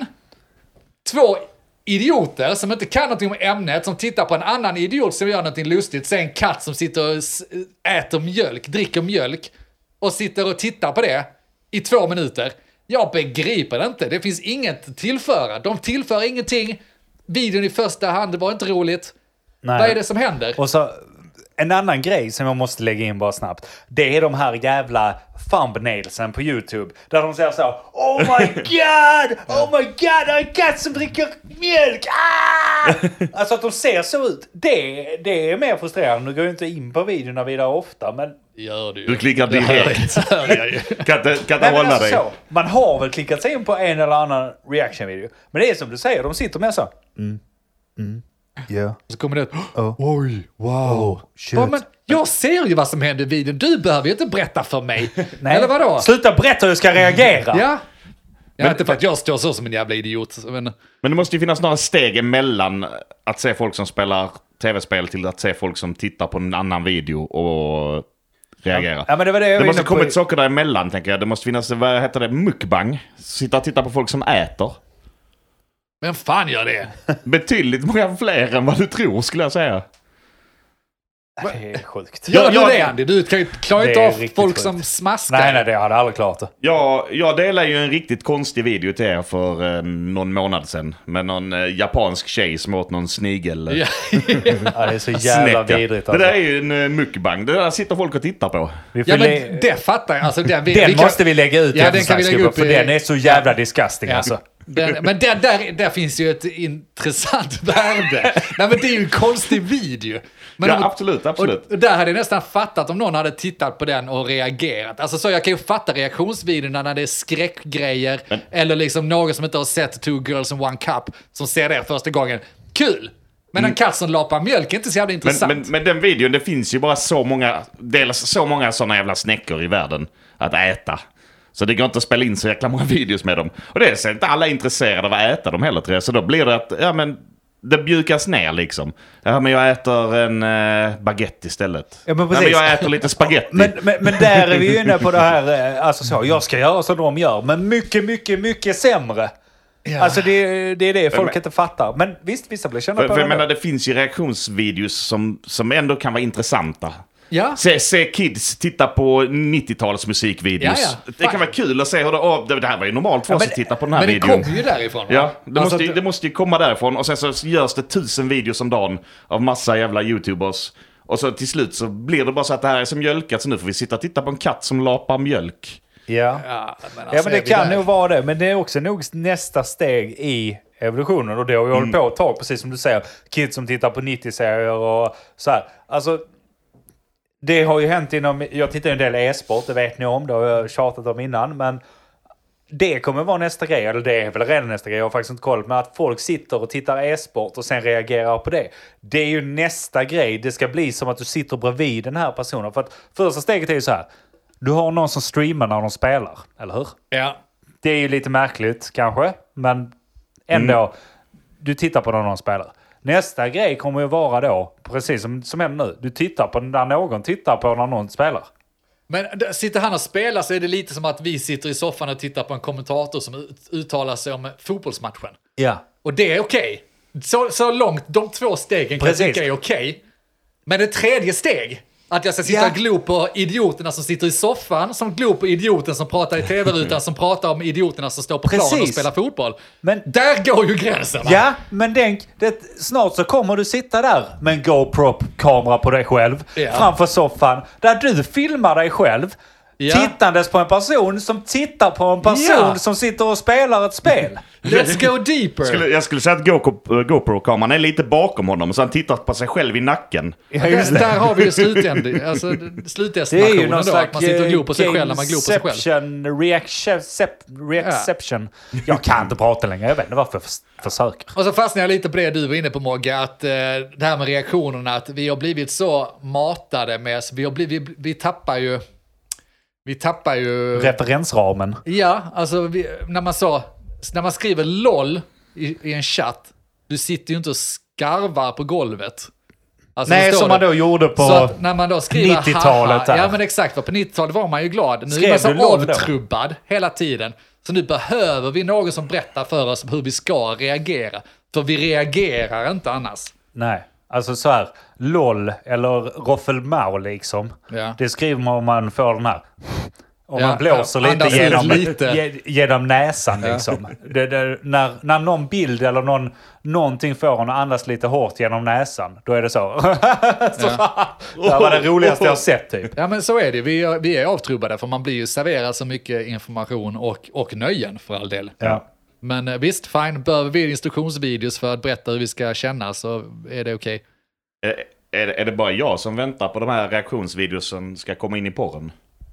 två idioter som inte kan någonting om ämnet som tittar på en annan idiot som gör någonting lustigt, så en katt som sitter och s- äter mjölk, dricker mjölk och sitter och tittar på det i två minuter. Jag begriper det inte. Det finns inget att tillföra. De tillför ingenting. Videon i första hand, det var inte roligt. Nej. Vad är det som händer? Och så en annan grej som jag måste lägga in bara snabbt. Det är de här jävla thumbnailsen på YouTube. Där de säger så: oh my god! Oh my god! Det är en katt som dricker mjölk! Ah! Alltså att de ser så ut. Det, det är mer frustrerande. Nu går jag inte in på videorna vidare ofta, men... Gör du ju. Du klickar direkt. Det hör jag ju. Kan inte, kan inte Nej, men hålla alltså dig. så, man har väl klickat sig in på en eller annan reaction-video. Men det är som du säger, de sitter med så. Mm. Mm. Yeah. Så kommer det Oh. oj, wow. Oh, shit. Ja, men jag ser ju vad som händer i videon. Du behöver ju inte berätta för mig. Nej. Eller vadå? Sluta berätta hur jag ska reagera. Ja. Ja, inte för att jag står så som en jävla idiot. Men... Men det måste ju finnas några steg emellan att se folk som spelar tv-spel till att se folk som tittar på en annan video och reagera. Ja, men det var det jag det måste på... komma ett saker däremellan, tänker jag. Det måste finnas, vad heter det, mukbang. Sitta och titta på folk som äter. Vem fan gör det? Betydligt många fler än vad du tror, skulle jag säga. Det är sjukt. Gör Jag- du jag- det, Andy? Du kan ju klara Det inte är av riktigt folk sjukt. som smaskar. Nej, nej, det hade jag aldrig klart det. Jag, jag delade ju en riktigt konstig video till er för eh, någon månad sedan. Med någon eh, japansk tjej som åt någon snigel. Ja. Ja, det är så jävla snäcka. vidrigt. Det Alltså. där är ju en uh, mukbang. Det där sitter folk och tittar på. Vi får Ja, men le- det fattar jag. Alltså, den vi, den vi kan, måste vi lägga ut i Ja, den kan vi lägga eftersnacksgruppen, upp för i- den är så jävla disgusting Ja. alltså. Den, men där, där, där finns ju ett intressant värde. Nej, men det är ju en konstig video. Men Ja, om- absolut, absolut. Och där hade jag nästan fattat om någon hade tittat på den och reagerat. Alltså så jag kan ju fatta reaktionsvideorna när det är skräckgrejer. Men- Eller liksom någon som inte har sett Two Girls in One Cup som ser det första gången. Kul! Men en katt som lapar mjölk är inte så jävla Men, intressant. men, men den videon, det finns ju bara så många, delas så många sådana jävla snäckor i världen att äta. Så det går inte att spela in så jäkla många videos med dem. Och det är så inte alla intresserade av att äta dem heller, tror jag. Så då blir det att, ja men, det bjukas ner liksom. Ja, men jag äter en uh, baguette istället. Ja, men ja, men precis. jag äter lite spaghetti. Men, men, men där är vi ju inne på det här, eh, alltså så, jag ska göra som de gör, men mycket, mycket, mycket sämre. Ja. Alltså det, det är det folk Men- inte fattar. Men visst, vissa blir kända för, på för det. jag menar, det finns ju reaktionsvideos som, som ändå kan vara intressanta. Ja. Se, se kids titta på nittio-tals musikvideos. Ja, ja. Det kan vara kul att se hur det... Åh, det, det här var ju normalt för Ja, oss men- att titta på den här Men det videon. kommer ju därifrån. Va? Ja, det, Alltså måste, ju- att- det måste ju komma därifrån. Och sen så görs det tusen videos om dagen av massa jävla YouTubers. Och så till slut så blir det bara så att det här är som mjölkat. Så nu får vi sitta och titta på en katt som lapar mjölk. Ja. Ja, men, Ja, alltså, men det är vi kan där? nog vara det. Men det är också nog nästa steg i evolutionen. Och det har vi hållit på ett tag, precis som du säger. Kids som tittar på nittio-serier och så här. Alltså, det har ju hänt inom... Jag tittar ju en del e-sport, det vet ni om. Det har jag tjatat om innan. Men det kommer vara nästa grej. Eller det är väl redan nästa grej. Jag har faktiskt inte koll. Men att folk sitter och tittar e-sport och sen reagerar på det. Det är ju nästa grej. Det ska bli som att du sitter bredvid den här personen. För att första steget är ju så här. Du har någon som streamar när de spelar, eller hur? Ja. Det är ju lite märkligt kanske, men ändå. Mm. Du tittar på när någon spelar. Nästa grej kommer ju vara då, precis som, som händer nu. Du tittar på när någon tittar på när någon spelar. Men d- sitter han och spelar så är det lite som att vi sitter i soffan och tittar på en kommentator som ut- uttalar sig om fotbollsmatchen. Ja. Och det är okej. Så, så långt, de två stegen kan Precis. jag tycka är okej. Men det tredje steg, att jag ska sitta Ja. och glo på idioterna som sitter i soffan, som glor på idioten som pratar i tv-rutan, som pratar om idioterna som står på planen och Precis. spelar fotboll. Men- där går ju gränsen. Va? Ja, men den, det, snart så kommer du sitta där med en GoPro-kamera på dig själv Ja. framför soffan, där du filmar dig själv Ja. tittandes på en person som tittar på en person Ja. som sitter och spelar ett spel. Let's go deeper. Skulle, jag skulle säga att Go- GoPro-kameran är lite bakom honom. Så han tittar på sig själv i nacken. Ja, just där, det. där har vi ju slutänd, alltså, Det är ju slutdestinationen någon då, slags att man sitter och glor på sig själv när man glor på sig själv. gameception, reaction, reaction. Jag kan inte prata längre, jag vet inte varför jag förs- försöker. Och så fastnade jag lite på det du var inne på, Mogge, att eh, det här med reaktionerna, att vi har blivit så matade med, så vi, har blivit, vi, vi tappar ju, vi tappar ju, Referensramen. ja, alltså vi, när man så, när man skriver LOL i, i en chatt, du sitter ju inte och skarvar på golvet. Alltså, Nej, förstår som du? man då gjorde på Så att när man då skriver nittiotalet haha, där. ja men exakt, för på nittiotalet var man ju glad. Nu Skrev är man så du LOL då? avtrubbad hela tiden. Så nu behöver vi någon som berättar för oss hur vi ska reagera. För vi reagerar inte annars. Nej, alltså så här, LOL eller roffelmau liksom. Ja. Det skriver man om man får den här. Om Ja, man blåser ja, lite andas ut genom, lite. ge- genom näsan liksom. Det, det, när, när någon bild eller någon, någonting får en att andas lite hårt genom näsan, då är det så. så det här var det roligaste jag har sett typ. Ja men så är det, vi är, vi är avtrubbade för man blir ju serverad så mycket information och, och nöjen för all del. Ja. Men eh, visst, fine, behöver vi instruktionsvideos för att berätta hur vi ska känna så är det okej. Är, är, det- är det bara jag som väntar på de här reaktionsvideos som ska komma in i porren?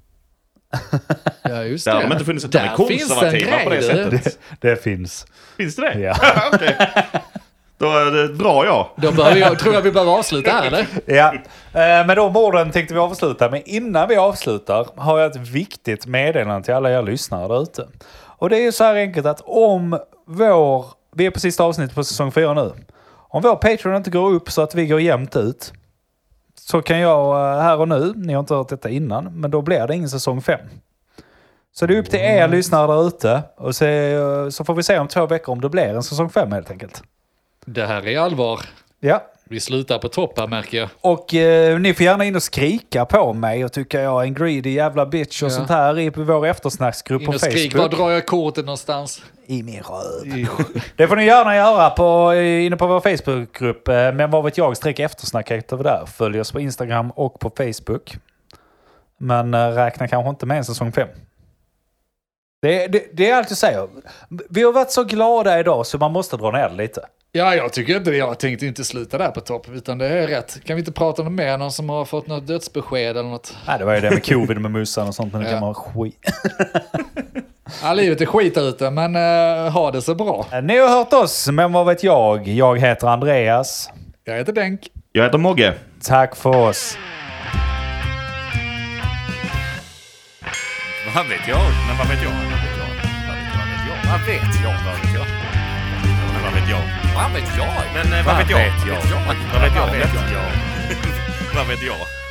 Ja just Där det. har de inte funnits att de är Där finns en konservativa på det grej, du. sättet. Det finns. Finns det det? Ja. Okej. Då är det bra jag. Då bör jag, tror jag vi behöver avsluta här eller? Ja, eh, med de orden tänkte vi avsluta. Men innan vi avslutar har jag ett viktigt meddelande till alla er lyssnare där ute. Och det är ju så här enkelt att om vår... Vi är på sista avsnittet på säsong fyra nu. Om vår Patreon inte går upp så att vi går jämnt ut, så kan jag här och nu, ni har inte hört detta innan, men då blir det ingen säsong fem. Så det är upp till er lyssnare där ute och se, så får vi se om två veckor om det blir en säsong fem helt enkelt. Det här är allvar. Ja. Vi slutar på topp här, märker jag. Och eh, ni får gärna in och skrika på mig och tycka jag är en greedy jävla bitch och ja. sånt här i vår eftersnacksgrupp in på Facebook. Skrik, var drar jag kortet någonstans? I min röv. Det får ni gärna göra på, inne på vår Facebookgrupp. Men vad vet jag, sträck eftersnack över där. Följ oss på Instagram och på Facebook. Men äh, räkna kanske inte med en säsong fem. Det, det, det är allt jag säger. Vi har varit så glada idag så man måste dra ner lite. Ja, jag tycker inte det. Jag tänkte inte sluta där på topp, utan det är rätt. Kan vi inte prata om mer? Någon som har fått något dödsbesked eller något? Nej, det var ju det med covid med mussan och sånt, men det ja. kan man skit. Ja, livet är skit ute, men uh, ha det så bra. Ni har hört oss, men vad vet jag? Jag heter Andreas. Jag heter Denk. Jag heter Mogge. Tack för oss. Vad vet jag? Men vad vet jag? Vad vet jag? Vad vet jag? Vad vet jag? Men vad vet jag? Vad vet jag? Men vad vet jag? Vad vet jag? Vad vet jag? Vad vet jag?